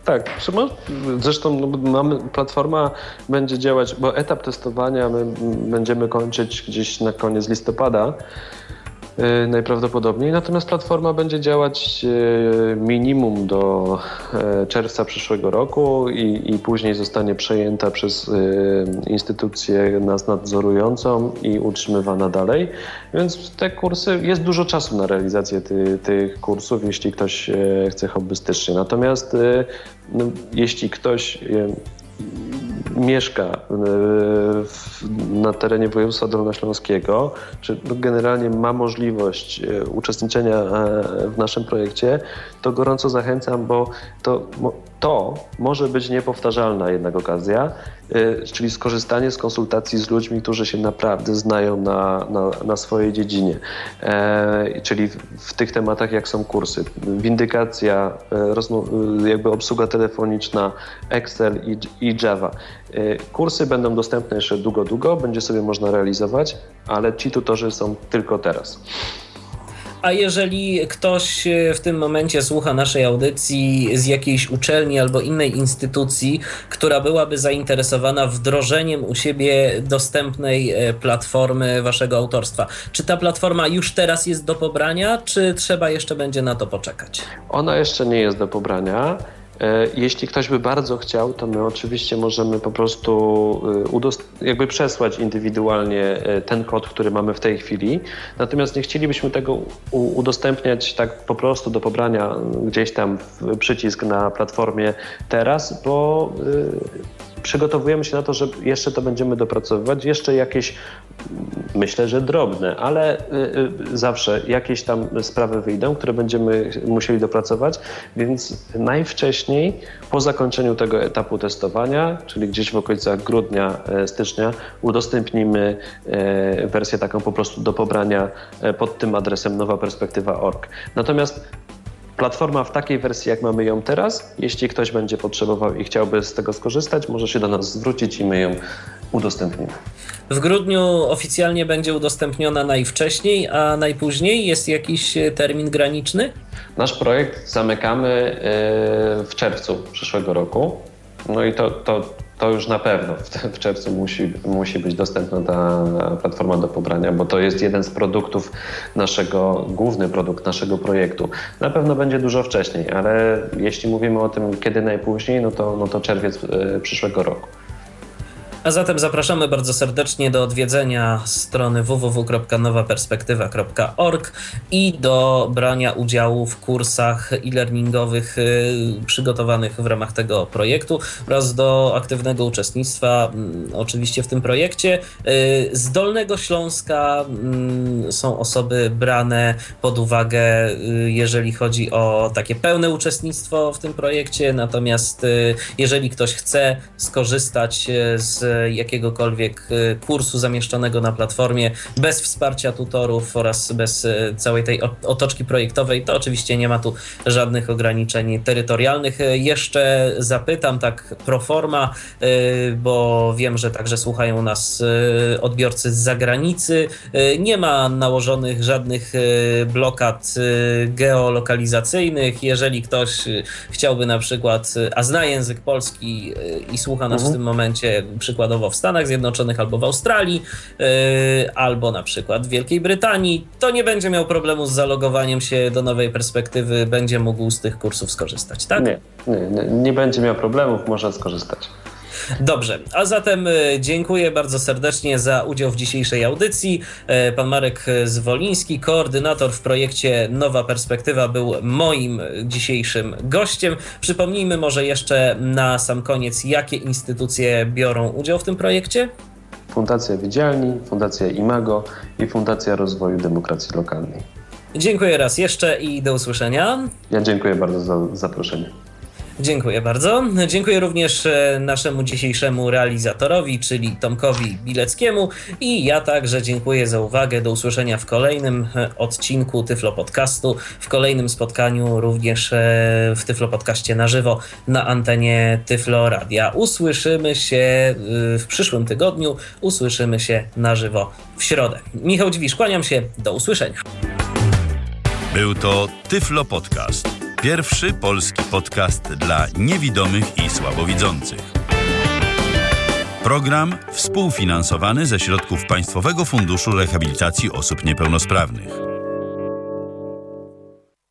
Zresztą platforma będzie działać, bo etap testowania my będziemy kończyć gdzieś na koniec listopada najprawdopodobniej, natomiast platforma będzie działać minimum do czerwca przyszłego roku i później zostanie przejęta przez instytucję nas nadzorującą i utrzymywana dalej. Więc te kursy, jest dużo czasu na realizację tych kursów, jeśli ktoś chce hobbystycznie. Natomiast jeśli ktoś mieszka na terenie województwa dolnośląskiego, czy generalnie ma możliwość uczestniczenia w naszym projekcie, to gorąco zachęcam, bo to może być niepowtarzalna jednak okazja, czyli skorzystanie z konsultacji z ludźmi, którzy się naprawdę znają na swojej dziedzinie, czyli w tych tematach, jak są kursy, windykacja, jakby obsługa telefoniczna, Excel i Java. Kursy będą dostępne jeszcze długo, będzie sobie można realizować, ale ci tutorzy są tylko teraz. A jeżeli ktoś w tym momencie słucha naszej audycji z jakiejś uczelni albo innej instytucji, która byłaby zainteresowana wdrożeniem u siebie dostępnej platformy waszego autorstwa, czy ta platforma już teraz jest do pobrania, czy trzeba jeszcze będzie na to poczekać? Ona jeszcze nie jest do pobrania. Jeśli ktoś by bardzo chciał, to my oczywiście możemy po prostu jakby przesłać indywidualnie ten kod, który mamy w tej chwili. Natomiast nie chcielibyśmy tego udostępniać tak po prostu do pobrania gdzieś tam przycisk na platformie teraz, bo przygotowujemy się na to, że jeszcze to będziemy dopracowywać, jeszcze jakieś, myślę, że drobne, ale zawsze jakieś tam sprawy wyjdą, które będziemy musieli dopracować, więc najwcześniej po zakończeniu tego etapu testowania, czyli gdzieś w okolicach grudnia, stycznia, udostępnimy wersję taką po prostu do pobrania pod tym adresem nowaperspektywa.org. Natomiast platforma w takiej wersji, jak mamy ją teraz, jeśli ktoś będzie potrzebował i chciałby z tego skorzystać, może się do nas zwrócić i my ją udostępnimy. W grudniu oficjalnie będzie udostępniona najwcześniej, a najpóźniej jest jakiś termin graniczny? Nasz projekt zamykamy w czerwcu przyszłego roku. No i to to już na pewno w czerwcu musi być dostępna ta platforma do pobrania, bo to jest jeden z produktów główny produkt naszego projektu. Na pewno będzie dużo wcześniej, ale jeśli mówimy o tym, kiedy najpóźniej, no to czerwiec przyszłego roku. A zatem zapraszamy bardzo serdecznie do odwiedzenia strony www.nowaperspektywa.org i do brania udziału w kursach e-learningowych przygotowanych w ramach tego projektu oraz do aktywnego uczestnictwa oczywiście w tym projekcie. Z Dolnego Śląska są osoby brane pod uwagę, jeżeli chodzi o takie pełne uczestnictwo w tym projekcie, natomiast jeżeli ktoś chce skorzystać z jakiegokolwiek kursu zamieszczonego na platformie bez wsparcia tutorów oraz bez całej tej otoczki projektowej, to oczywiście nie ma tu żadnych ograniczeń terytorialnych. Jeszcze zapytam tak pro forma, bo wiem, że także słuchają nas odbiorcy z zagranicy. Nie ma nałożonych żadnych blokad geolokalizacyjnych. Jeżeli ktoś chciałby na przykład, a zna język polski i słucha nas w tym momencie przykładowo w Stanach Zjednoczonych albo w Australii, albo na przykład w Wielkiej Brytanii, to nie będzie miał problemu z zalogowaniem się do Nowej Perspektywy, będzie mógł z tych kursów skorzystać, tak? Nie będzie miał problemów, może skorzystać. Dobrze, a zatem dziękuję bardzo serdecznie za udział w dzisiejszej audycji. Pan Marek Zwoliński, koordynator w projekcie Nowa Perspektywa, był moim dzisiejszym gościem. Przypomnijmy może jeszcze na sam koniec, jakie instytucje biorą udział w tym projekcie? Fundacja Widzialni, Fundacja Imago i Fundacja Rozwoju Demokracji Lokalnej. Dziękuję raz jeszcze i do usłyszenia. Ja dziękuję bardzo za zaproszenie. Dziękuję bardzo. Dziękuję również naszemu dzisiejszemu realizatorowi, czyli Tomkowi Bileckiemu, i ja także dziękuję za uwagę. Do usłyszenia w kolejnym odcinku Tyflo Podcastu, w kolejnym spotkaniu również w Tyflo Podcaście na żywo na antenie Tyflo Radia. Usłyszymy się w przyszłym tygodniu, usłyszymy się na żywo w środę. Michał Dziwisz, kłaniam się, do usłyszenia. Był to Tyflo Podcast. Pierwszy polski podcast dla niewidomych i słabowidzących. Program współfinansowany ze środków Państwowego Funduszu Rehabilitacji Osób Niepełnosprawnych.